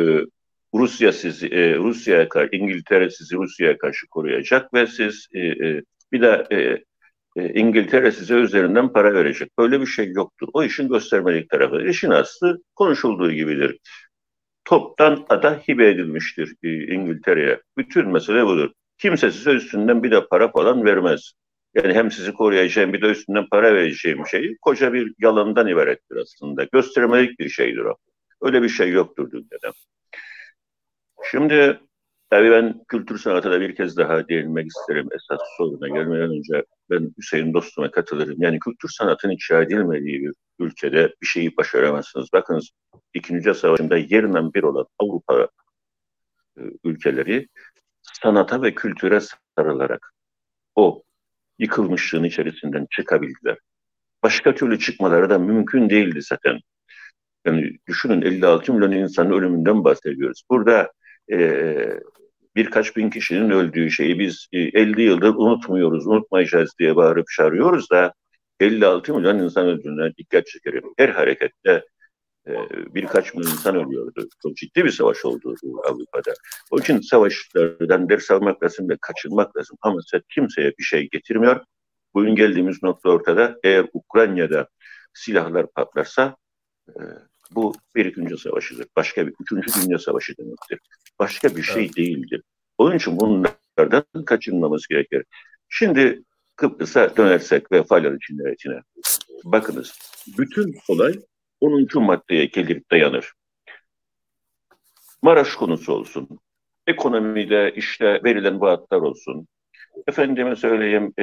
Rusya'ya karşı, İngiltere sizi Rusya'ya karşı koruyacak ve siz bir de İngiltere size üzerinden para verecek. Böyle bir şey yoktur. O işin göstermelik tarafı. İşin aslı konuşulduğu gibidir. Toptan ada hibe edilmiştir İngiltere'ye. Bütün mesele budur. Kimse size üstünden bir de para falan vermez. Yani hem sizi koruyacağım bir de üstünden para vereceğim şey koca bir yalandan ibarettir aslında. Göstermelik bir şeydir o. Öyle bir şey yoktur dünyada. Şimdi tabii ben kültür sanatına bir kez daha değinmek isterim. Esas soruna gelmeden önce ben Hüseyin dostuma katılırım. Yani kültür sanatın inşa edilmediği bir ülkede bir şeyi başaramazsınız. Bakınız İkinci Dünya Savaşı'nda yerinden bir olan Avrupa ülkeleri sanata ve kültüre sarılarak o yıkılmışlığın içerisinden çıkabildiler. Başka türlü çıkmaları da mümkün değildi zaten. Yani düşünün 56 milyon insanın ölümünden bahsediyoruz. Burada birkaç bin kişinin öldüğü şeyi biz 50 yıldır unutmuyoruz, unutmayacağız diye bağırıp çağırıyoruz da 56 milyon insan öldüğüne dikkat çekerim. Her harekette birkaç milyon insan ölüyordu. Çok ciddi bir savaş oldu Avrupa'da. Onun için savaşlardan ders almak lazım ve kaçınmak lazım. Ama kimseye bir şey getirmiyor. Bugün geldiğimiz nokta ortada. Eğer Ukrayna'da silahlar patlarsa bu bir ikinci savaşıdır. Başka bir üçüncü dünya savaşı demektir. Başka bir şey değildir. Onun için bunlardan kaçınmamız gerekir. Şimdi Kıbrıs'a dönersek ve Falyalı cinayetine. Bakınız, bütün olay 10. maddeye gelip dayanır. Maraş konusu olsun, ekonomide işte verilen vaatler olsun, efendime söyleyeyim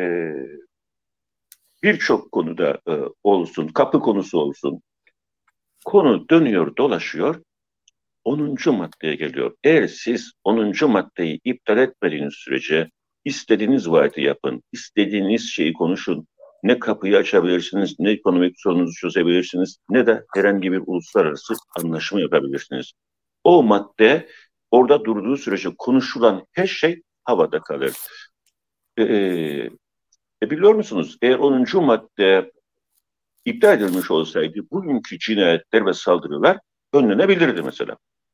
birçok konuda olsun, kapı konusu olsun, konu dönüyor dolaşıyor, 10. maddeye geliyor. Eğer siz 10. maddeyi iptal etmediğiniz sürece istediğiniz vaati yapın, istediğiniz şeyi konuşun. Ne kapıyı açabilirsiniz, ne ekonomik sorununuzu çözebilirsiniz, ne de herhangi bir uluslararası anlaşma yapabilirsiniz. O madde orada durduğu sürece konuşulan her şey havada kalır. Biliyor musunuz? Eğer 10. madde iptal edilmiş olsaydı bugünkü cinayetler ve saldırılar önlenebilirdi mesela.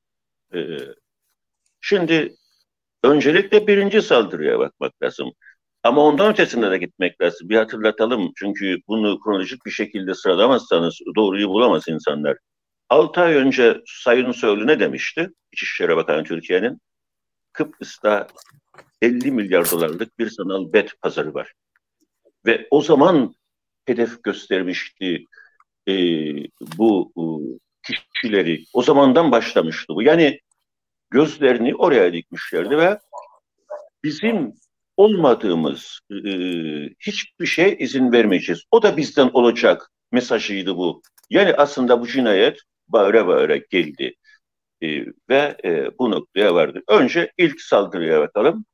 Şimdi öncelikle birinci saldırıya bakmak lazım. Ama ondan ötesine de gitmek lazım. Bir hatırlatalım. Çünkü bunu kronolojik bir şekilde sıralamazsanız doğruyu bulamaz insanlar. 6 ay önce Sayın Soylu ne demişti? İçişleri Bakanı Türkiye'nin. Kıbrıs'ta 50 milyar dolarlık bir sanal bet pazarı var. Ve o zaman hedef göstermişti bu kişileri. O zamandan başlamıştı bu. Yani gözlerini oraya dikmişlerdi ve bizim olmadığımız hiçbir şeye izin vermeyeceğiz. O da bizden olacak mesajıydı bu. Yani aslında bu cinayet bağıra bağıra geldi ve bu noktaya vardı. Önce ilk saldırıya bakalım.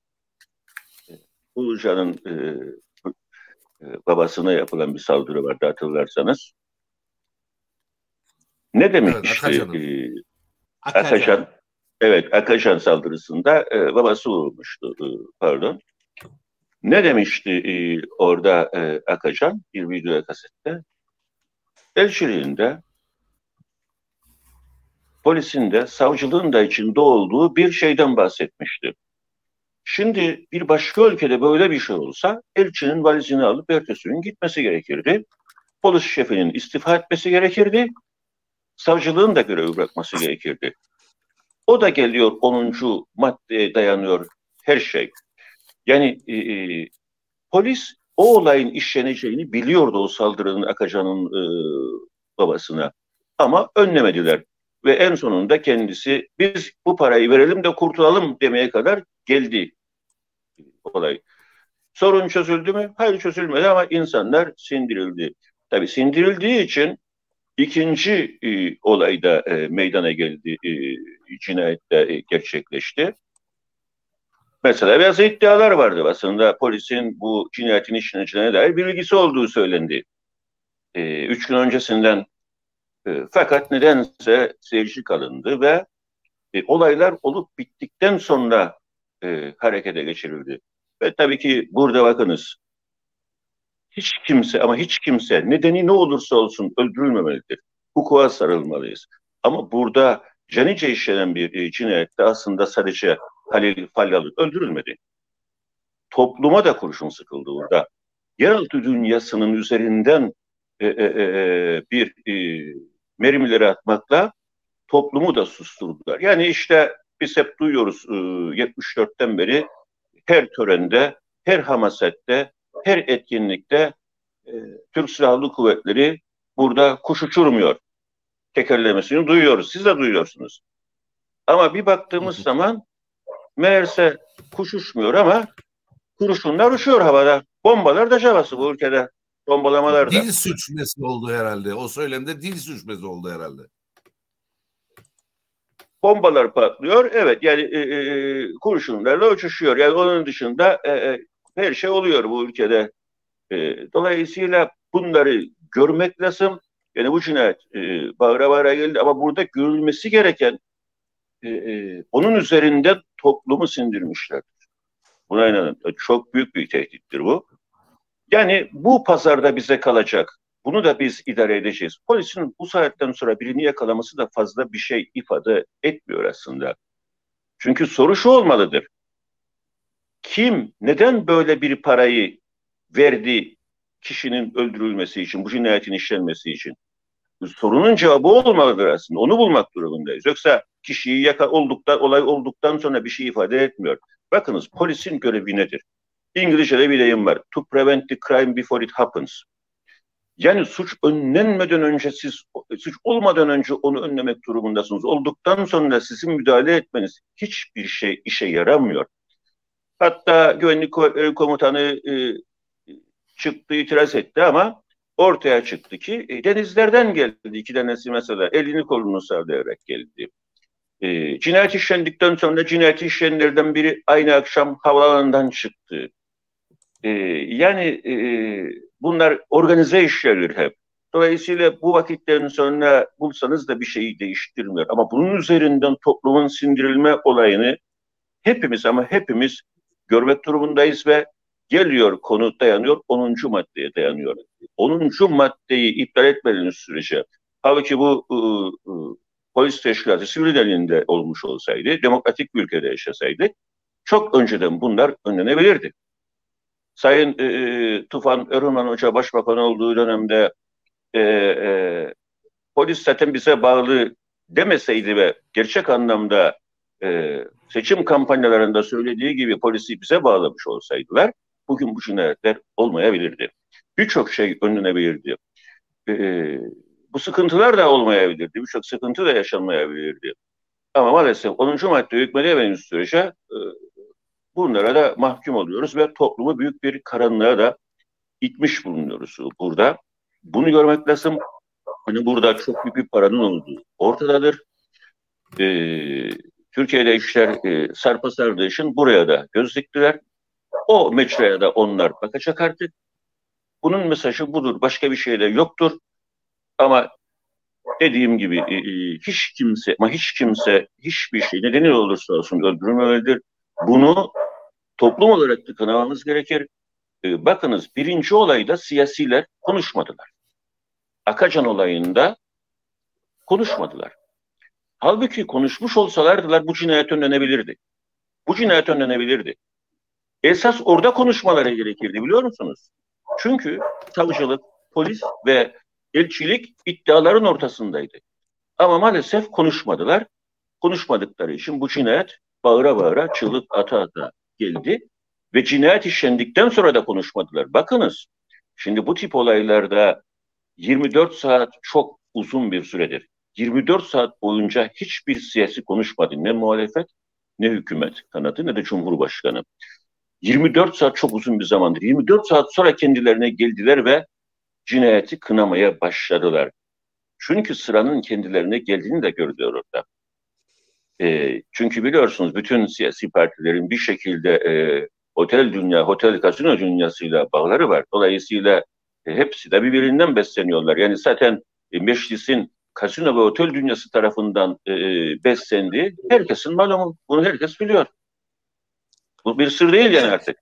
Ulucan'ın babasına yapılan bir saldırı vardı hatırlarsanız. Ne demişti? Evet, Akacan. Evet, Akacan saldırısında babası vurulmuştu. Pardon. Ne demişti orada Akacan bir video kasette? Elçiliğinde, polisin de, savcılığın da içinde olduğu bir şeyden bahsetmişti. Şimdi bir başka ülkede böyle bir şey olsa elçinin valizini alıp ertesi gün gitmesi gerekirdi. Polis şefinin istifa etmesi gerekirdi. Savcılığın da görevi bırakması gerekirdi. O da geliyor 10. maddeye dayanıyor her şey. Yani polis o olayın işleneceğini biliyordu, o saldırının Akacan'ın babasına. Ama önlemediler. Ve en sonunda kendisi biz bu parayı verelim de kurtulalım demeye kadar geldi olay. Sorun çözüldü mü? Hayır, çözülmedi ama insanlar sindirildi. Tabii sindirildiği için ikinci olayda meydana geldi, cinayette gerçekleşti. Mesela bazı iddialar vardı aslında, polisin bu cinayetin işleneceğine dair bilgisi olduğu söylendi. 3 gün öncesinden, fakat nedense seyirci kalındı ve olaylar olup bittikten sonra harekete geçirildi. Ve tabii ki burada bakınız, hiç kimse ama hiç kimse nedeni ne olursa olsun öldürülmemelidir. Hukuka sarılmalıyız. Ama burada canice işlenen bir cinayette aslında sadece Halil Falyalı öldürülmedi. Topluma da kurşun sıkıldı burada. Yeraltı dünyasının üzerinden bir mermileri atmakla toplumu da susturdular. Yani işte biz hep duyuyoruz 74'ten beri her törende, her hamasette, her etkinlikte Türk Silahlı Kuvvetleri burada kuş uçurmuyor tekerlemesini duyuyoruz. Siz de duyuyorsunuz. Ama bir baktığımız zaman meğerse kuş uçmuyor ama kurşunlar uçuyor havada. Bombalar da havası bu ülkede. Bombalamalar da. Dil suçması oldu herhalde. O söylemde dil suçması oldu herhalde. Bombalar patlıyor. Evet, yani kurşunlarla uçuşuyor. Yani onun dışında her şey oluyor bu ülkede. Dolayısıyla bunları görmek lazım. Yani bu cinayet bağıra bağıra geldi ama burada görülmesi gereken onun üzerinden toplumu sindirmişler. Buna inanın. Çok büyük bir tehdittir bu. Yani bu pazarda bize kalacak. Bunu da biz idare edeceğiz. Polisin bu saatten sonra birini yakalaması da fazla bir şey ifade etmiyor aslında. Çünkü soru şu olmalıdır. Kim, neden böyle bir parayı verdi kişinin öldürülmesi için, bu cinayetin işlenmesi için? Sorunun cevabı olmalıdır aslında. Onu bulmak durumundayız. Yoksa kişiyi olay olduktan sonra bir şey ifade etmiyor. Bakınız, polisin görevi nedir? İngilizce'de bir deyim var. To prevent the crime before it happens. Yani suç önlenmeden önce, suç olmadan önce onu önlemek durumundasınız. Olduktan sonra sizin müdahale etmeniz hiçbir şey işe yaramıyor. Hatta güvenlik komutanı çıktı, itiraz etti ama ortaya çıktı ki denizlerden geldi. 2 tanesi mesela elini kolunu sallayarak geldi. Cinayet işlendikten sonra cinayet işleyenlerden biri aynı akşam havaalanından çıktı. Yani bunlar organize işlerdir hep. Dolayısıyla bu vakitlerin sonra bulsanız da bir şeyi değiştirmiyor. Ama bunun üzerinden toplumun sindirilme olayını hepimiz görmek durumundayız ve geliyor, konu dayanıyor 10. maddeye dayanıyor. 10. maddeyi iptal etmediğiniz sürece, halbuki bu polis teşkilatı sivil elinde olmuş olsaydı, demokratik bir ülkede yaşasaydık, çok önceden bunlar önlenebilirdi. Sayın Tufan Erman Hoca başbakan olduğu dönemde polis zaten bize bağlı demeseydi ve gerçek anlamda seçim kampanyalarında söylediği gibi polisi bize bağlamış olsaydılar, bugün bu cinayetler olmayabilirdi. Birçok şey önlenebilirdi. Bu sıkıntılar da olmayabilirdi. Birçok sıkıntı da yaşanmayabilirdi. Ama maalesef 10. madde hükmedemediğimiz sürece bunlara da mahkum oluyoruz ve toplumu büyük bir karanlığa da itmiş bulunuyoruz burada. Bunu görmek lazım. Hani burada çok büyük bir paranın olduğu ortadadır. Türkiye'de işler sarpa sardığı için buraya da göz diktiler. O mecraya da onlar bakacak artık. Bunun mesajı budur. Başka bir şey de yoktur. Ama dediğim gibi hiç kimse hiçbir şey nedeni olursa olsun öldürülmemelidir. Bunu toplum olarak da kanamamız gerekir. Bakınız, 1. olayda siyasiler konuşmadılar. Akacan olayında konuşmadılar. Halbuki konuşmuş olsalardılar bu cinayet önlenebilirdi. Bu cinayet önlenebilirdi. Esas orada konuşmaları gerekirdi, biliyor musunuz? Çünkü savcılık, polis ve elçilik iddiaların ortasındaydı. Ama maalesef konuşmadılar. Konuşmadıkları için bu cinayet bağıra bağıra, çığlık ata ata geldi. Ve cinayet işlendikten sonra da konuşmadılar. Bakınız, şimdi bu tip olaylarda 24 saat çok uzun bir süredir. 24 saat boyunca hiçbir siyasi konuşmadı. Ne muhalefet, ne hükümet kanadı, ne de Cumhurbaşkanı. 24 saat çok uzun bir zamandır. 24 saat sonra kendilerine geldiler ve cinayeti kınamaya başladılar. Çünkü sıranın kendilerine geldiğini de gördüler orada. Çünkü biliyorsunuz bütün siyasi partilerin bir şekilde otel kasino dünyasıyla bağları var. Dolayısıyla hepsi de birbirinden besleniyorlar. Yani zaten meclisin kasino ve otel dünyası tarafından beslendiği herkesin malumu. Bunu herkes biliyor. Bu bir sır değil yani artık.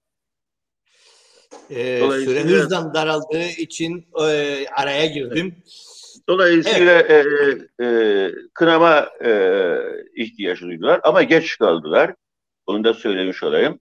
Süre hızla daraldığı için araya girdim. Dolayısıyla kınama ihtiyacı duydular ama geç kaldılar. Onu da söylemiş olayım.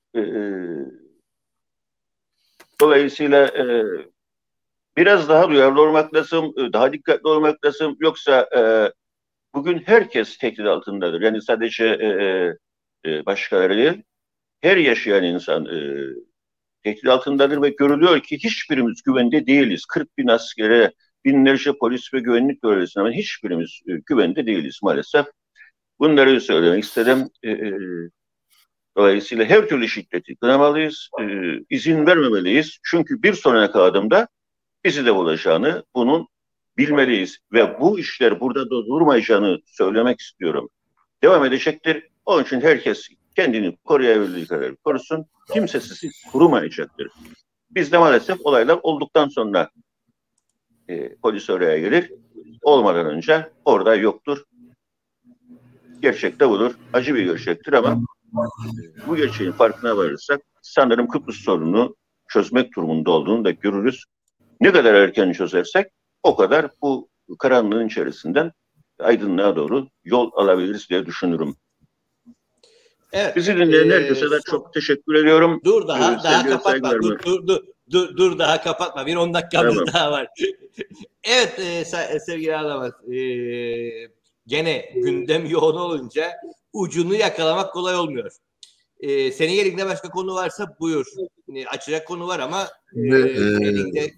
Dolayısıyla biraz daha duyarlı olmak lazım, daha dikkatli olmak lazım. Yoksa bugün herkes tehdit altındadır. Yani sadece başkaları değil, her yaşayan insan tehdit altındadır ve görülüyor ki hiçbirimiz güvende değiliz. 40 bin askere, binlerce polis ve güvenlik görevlisine ama hiçbirimiz güvende değiliz maalesef. Bunları söylemek istedim. Dolayısıyla her türlü şiddeti kınamalıyız, izin vermemeliyiz. Çünkü bir sonraki adımda bizi de bulacağını bunun bilmeliyiz. Ve bu işler burada da durmayacağını söylemek istiyorum. Devam edecektir. Onun için herkes kendini koruyabildiği kadar korusun. Kimse sizi korumayacaktır. Bizde maalesef olaylar olduktan sonra polis oraya gelir. Olmadan önce orada yoktur. Gerçek de budur. Acı bir gerçektir ama bu gerçeğin farkına varırsak sanırım Kıbrıs sorununu çözmek durumunda olduğunu da görürüz. Ne kadar erken çözersek o kadar bu karanlığın içerisinden aydınlığa doğru yol alabiliriz diye düşünürüm. Evet. Bizi dinleyen herkese de çok teşekkür ediyorum. Dur daha kapatma. Dur daha kapatma. Bir 10 dakikamız tamam. Daha var. Evet sevgili Alamaz. Gene gündem yoğun olunca ucunu yakalamak kolay olmuyor. Senin yerinde başka konu varsa buyur. Açacak konu var ama elinde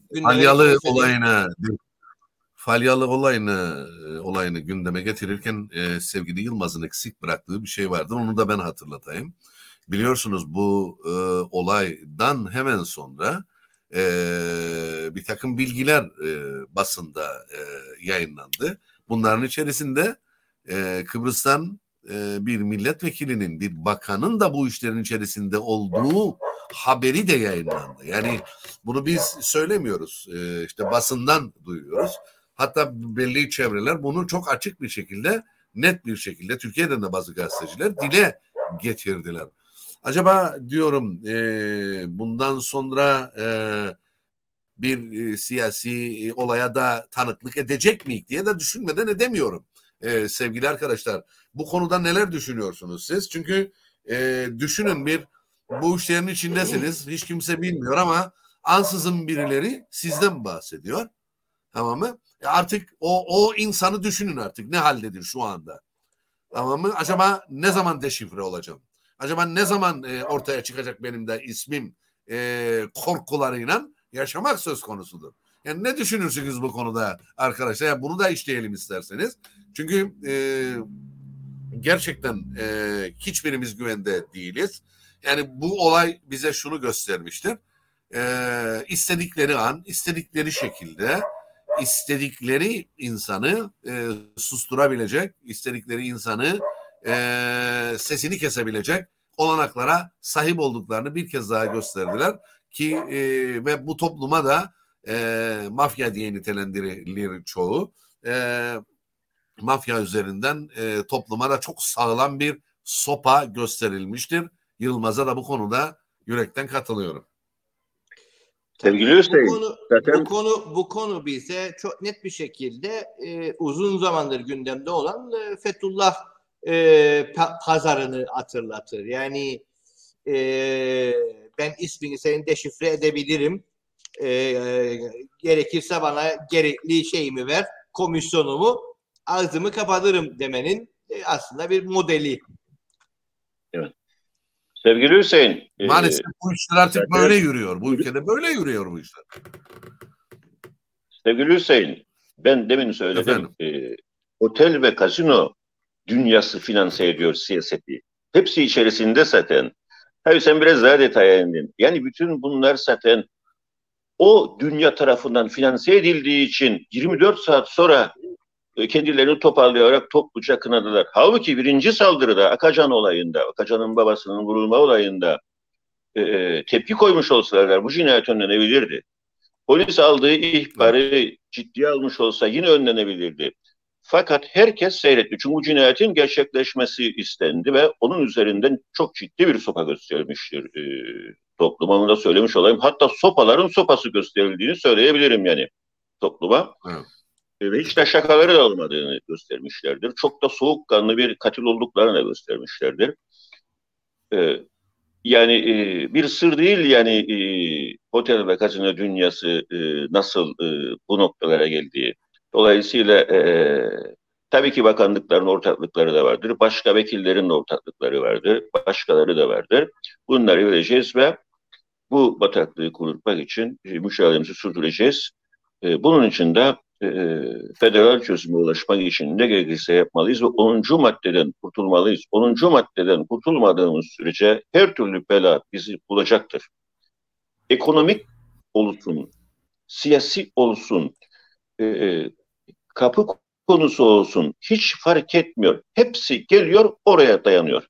Falyalı olayını gündeme getirirken sevgili Yılmaz'ın eksik bıraktığı bir şey vardır. Onu da ben hatırlatayım. Biliyorsunuz bu olaydan hemen sonra bir takım bilgiler basında yayınlandı. Bunların içerisinde Kıbrıs'tan bir milletvekilinin, bir bakanın da bu işlerin içerisinde olduğu haberi de yayınlandı. Yani bunu biz söylemiyoruz. İşte basından duyuyoruz. Hatta belli çevreler bunu çok açık bir şekilde, net bir şekilde Türkiye'den de bazı gazeteciler dile getirdiler. Acaba diyorum bundan sonra bir siyasi olaya da tanıklık edecek miyiz diye de düşünmeden edemiyorum. Sevgili arkadaşlar, bu konuda neler düşünüyorsunuz siz? Çünkü düşünün bu işlerin içindesiniz. Hiç kimse bilmiyor ama ansızın birileri sizden bahsediyor. Tamam mı? Artık o insanı düşünün artık. Ne haldedir şu anda? Tamam mı? Acaba ne zaman deşifre olacağım? Acaba ne zaman ortaya çıkacak benim de ismim korkularıyla yaşamak söz konusudur. Yani ne düşünürsünüz bu konuda arkadaşlar? Yani bunu da işleyelim isterseniz. Çünkü gerçekten hiçbirimiz güvende değiliz. Yani bu olay bize şunu göstermiştir. İstedikleri an, istedikleri şekilde, istedikleri insanı susturabilecek, istedikleri insanı sesini kesebilecek olanaklara sahip olduklarını bir kez daha gösterdiler ki ve bu topluma da mafya diye nitelendirilir çoğu. Mafya üzerinden topluma da çok sağlam bir sopa gösterilmiştir. Yılmaz'a da bu konuda yürekten katılıyorum. Sevgili Hüseyin, bu konu bize çok net bir şekilde uzun zamandır gündemde olan Fethullah pazarını hatırlatır. Yani ben ismini senin deşifre edebilirim. Gerekirse bana gerekli şeyimi ver, komisyonumu, ağzımı kapatırım demenin aslında bir modeli. Evet. Sevgili Hüseyin. Maalesef bu işler artık zaten- böyle yürüyor. Bu ülkede böyle yürüyor bu işler. Sevgili Hüseyin, ben demin söyledim. Otel ve kasino dünyası finanse ediyor siyaseti. Hepsi içerisinde zaten. Tabii sen biraz daha detaya indin. Yani bütün bunlar zaten o dünya tarafından finanse edildiği için 24 saat sonra kendilerini toparlayarak topluca kınadılar. Halbuki birinci saldırıda Akacan olayında, Akacan'ın babasının vurulma olayında tepki koymuş olsalar bu cinayet önlenebilirdi. Polis aldığı ihbarı ciddiye almış olsa yine önlenebilirdi. Fakat herkes seyretti. Çünkü bu cinayetin gerçekleşmesi istendi ve onun üzerinden çok ciddi bir sopa göstermiştir topluma. Onu da söylemiş olayım. Hatta sopaların sopası gösterildiğini söyleyebilirim yani topluma. Evet. Ve hiç de şakaları da olmadığını göstermişlerdir. Çok da soğukkanlı bir katil olduklarını da göstermişlerdir. Yani bir sır değil yani otel ve kasino dünyası nasıl bu noktalara geldiği. Dolayısıyla tabii ki bakanlıkların ortaklıkları da vardır. Başka vekillerin de ortaklıkları vardır. Başkaları da vardır. Bunları vereceğiz ve bu bataklığı kurutmak için mücadelemizi sürdüreceğiz. Bunun için de federal çözüme ulaşmak için ne gerekirse yapmalıyız ve 10. maddeden kurtulmalıyız. 10. maddeden kurtulmadığımız sürece her türlü bela bizi bulacaktır. Ekonomik olsun, siyasi olsun, kapı konusu olsun hiç fark etmiyor. Hepsi geliyor oraya dayanıyor.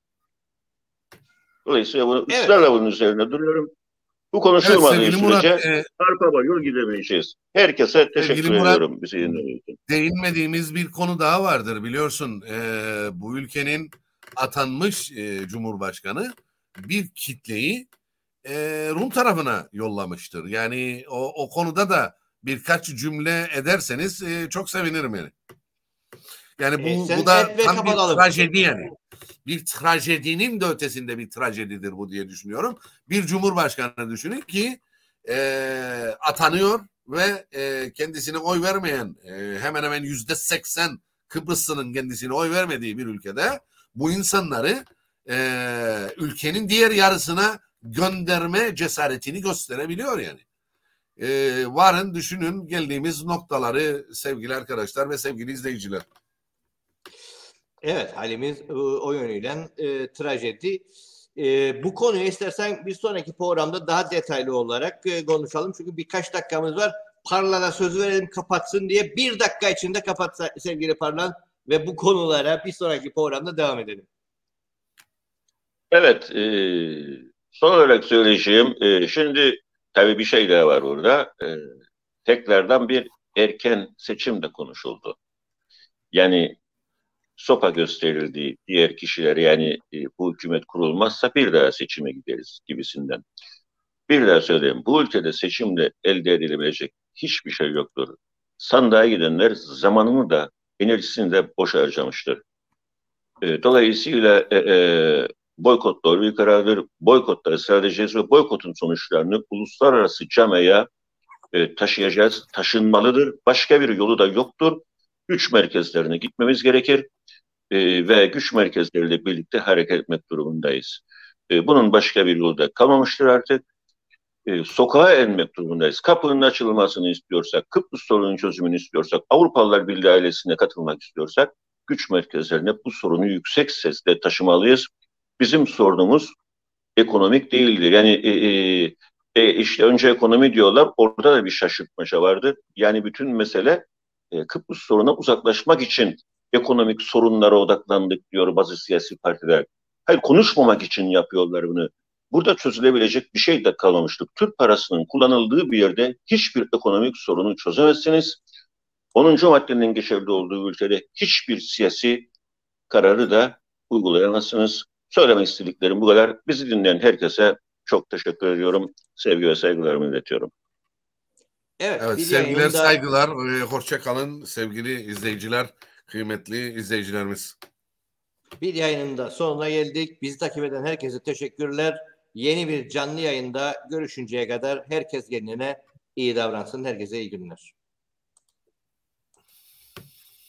Dolayısıyla bunu ısrarla bunun üzerine duruyorum. Bu konuşulmadığı sürece Murat, arpa yol gidemeyeceğiz. Herkese teşekkür ediyorum bizi dinlediğiniz için. Değinmediğimiz bir konu daha vardır biliyorsun. Bu ülkenin atanmış Cumhurbaşkanı bir kitleyi Rum tarafına yollamıştır. Yani o konuda da birkaç cümle ederseniz çok sevinirim yani. Yani bu da tam bir trajedi yani. Bir trajedinin de ötesinde bir trajedidir bu diye düşünüyorum. Bir cumhurbaşkanı düşünün ki atanıyor ve kendisine oy vermeyen hemen hemen %80 Kıbrıslı'nın kendisine oy vermediği bir ülkede bu insanları ülkenin diğer yarısına gönderme cesaretini gösterebiliyor yani. Varın düşünün geldiğimiz noktaları sevgili arkadaşlar ve sevgili izleyiciler. Evet, halimiz o yönüyle trajedi. Bu konuyu istersen bir sonraki programda daha detaylı olarak konuşalım. Çünkü birkaç dakikamız var. Parla'da söz verelim kapatsın diye. 1 dakika içinde kapat sevgili Parlan ve bu konulara bir sonraki programda devam edelim. Evet, son olarak söyleyeceğim. Şimdi tabii bir şey daha var burada. Tekrardan bir erken seçim de konuşuldu. Yani sopa gösterildi diğer kişiler yani bu hükümet kurulmazsa bir daha seçime gideriz gibisinden. Bir daha söyleyeyim. Bu ülkede seçimle elde edilebilecek hiçbir şey yoktur. Sandığa gidenler zamanını da enerjisini de boş harcamıştır. Dolayısıyla boykot doğru bir karardır. Boykotla ısrar edeceğiz ve boykotun sonuçlarını uluslararası camiaya taşıyacağız. Taşınmalıdır. Başka bir yolu da yoktur. Güç merkezlerine gitmemiz gerekir. Ve güç merkezleriyle birlikte hareket etmek durumundayız. Bunun başka bir yolu da kalmamıştır artık. Sokağa inmek durumundayız. Kapının açılmasını istiyorsak, Kıbrıs sorunun çözümünü istiyorsak, Avrupalılar Birliği ailesine katılmak istiyorsak, güç merkezlerine bu sorunu yüksek sesle taşımalıyız. Bizim sorunumuz ekonomik değildir. Yani işte önce ekonomi diyorlar, orada da bir şaşırtmaca vardı. Yani bütün mesele Kıbrıs soruna uzaklaşmak için ekonomik sorunlara odaklandık diyor bazı siyasi partiler. Hayır, konuşmamak için yapıyorlar bunu. Burada çözülebilecek bir şey de kalmamıştır. Türk parasının kullanıldığı bir yerde hiçbir ekonomik sorunu çözemezsiniz. 10. maddenin geçerli olduğu ülkede hiçbir siyasi kararı da uygulayamazsınız. Söylemek istediklerim bu kadar. Bizi dinleyen herkese çok teşekkür ediyorum. Sevgi ve saygılarımı iletiyorum. Evet sevgiler, saygılar. Hoşça kalın sevgili izleyiciler, kıymetli izleyicilerimiz. Bir yayının da sonuna geldik. Bizi takip eden herkese teşekkürler. Yeni bir canlı yayında görüşünceye kadar herkes kendine iyi davransın. Herkese iyi günler.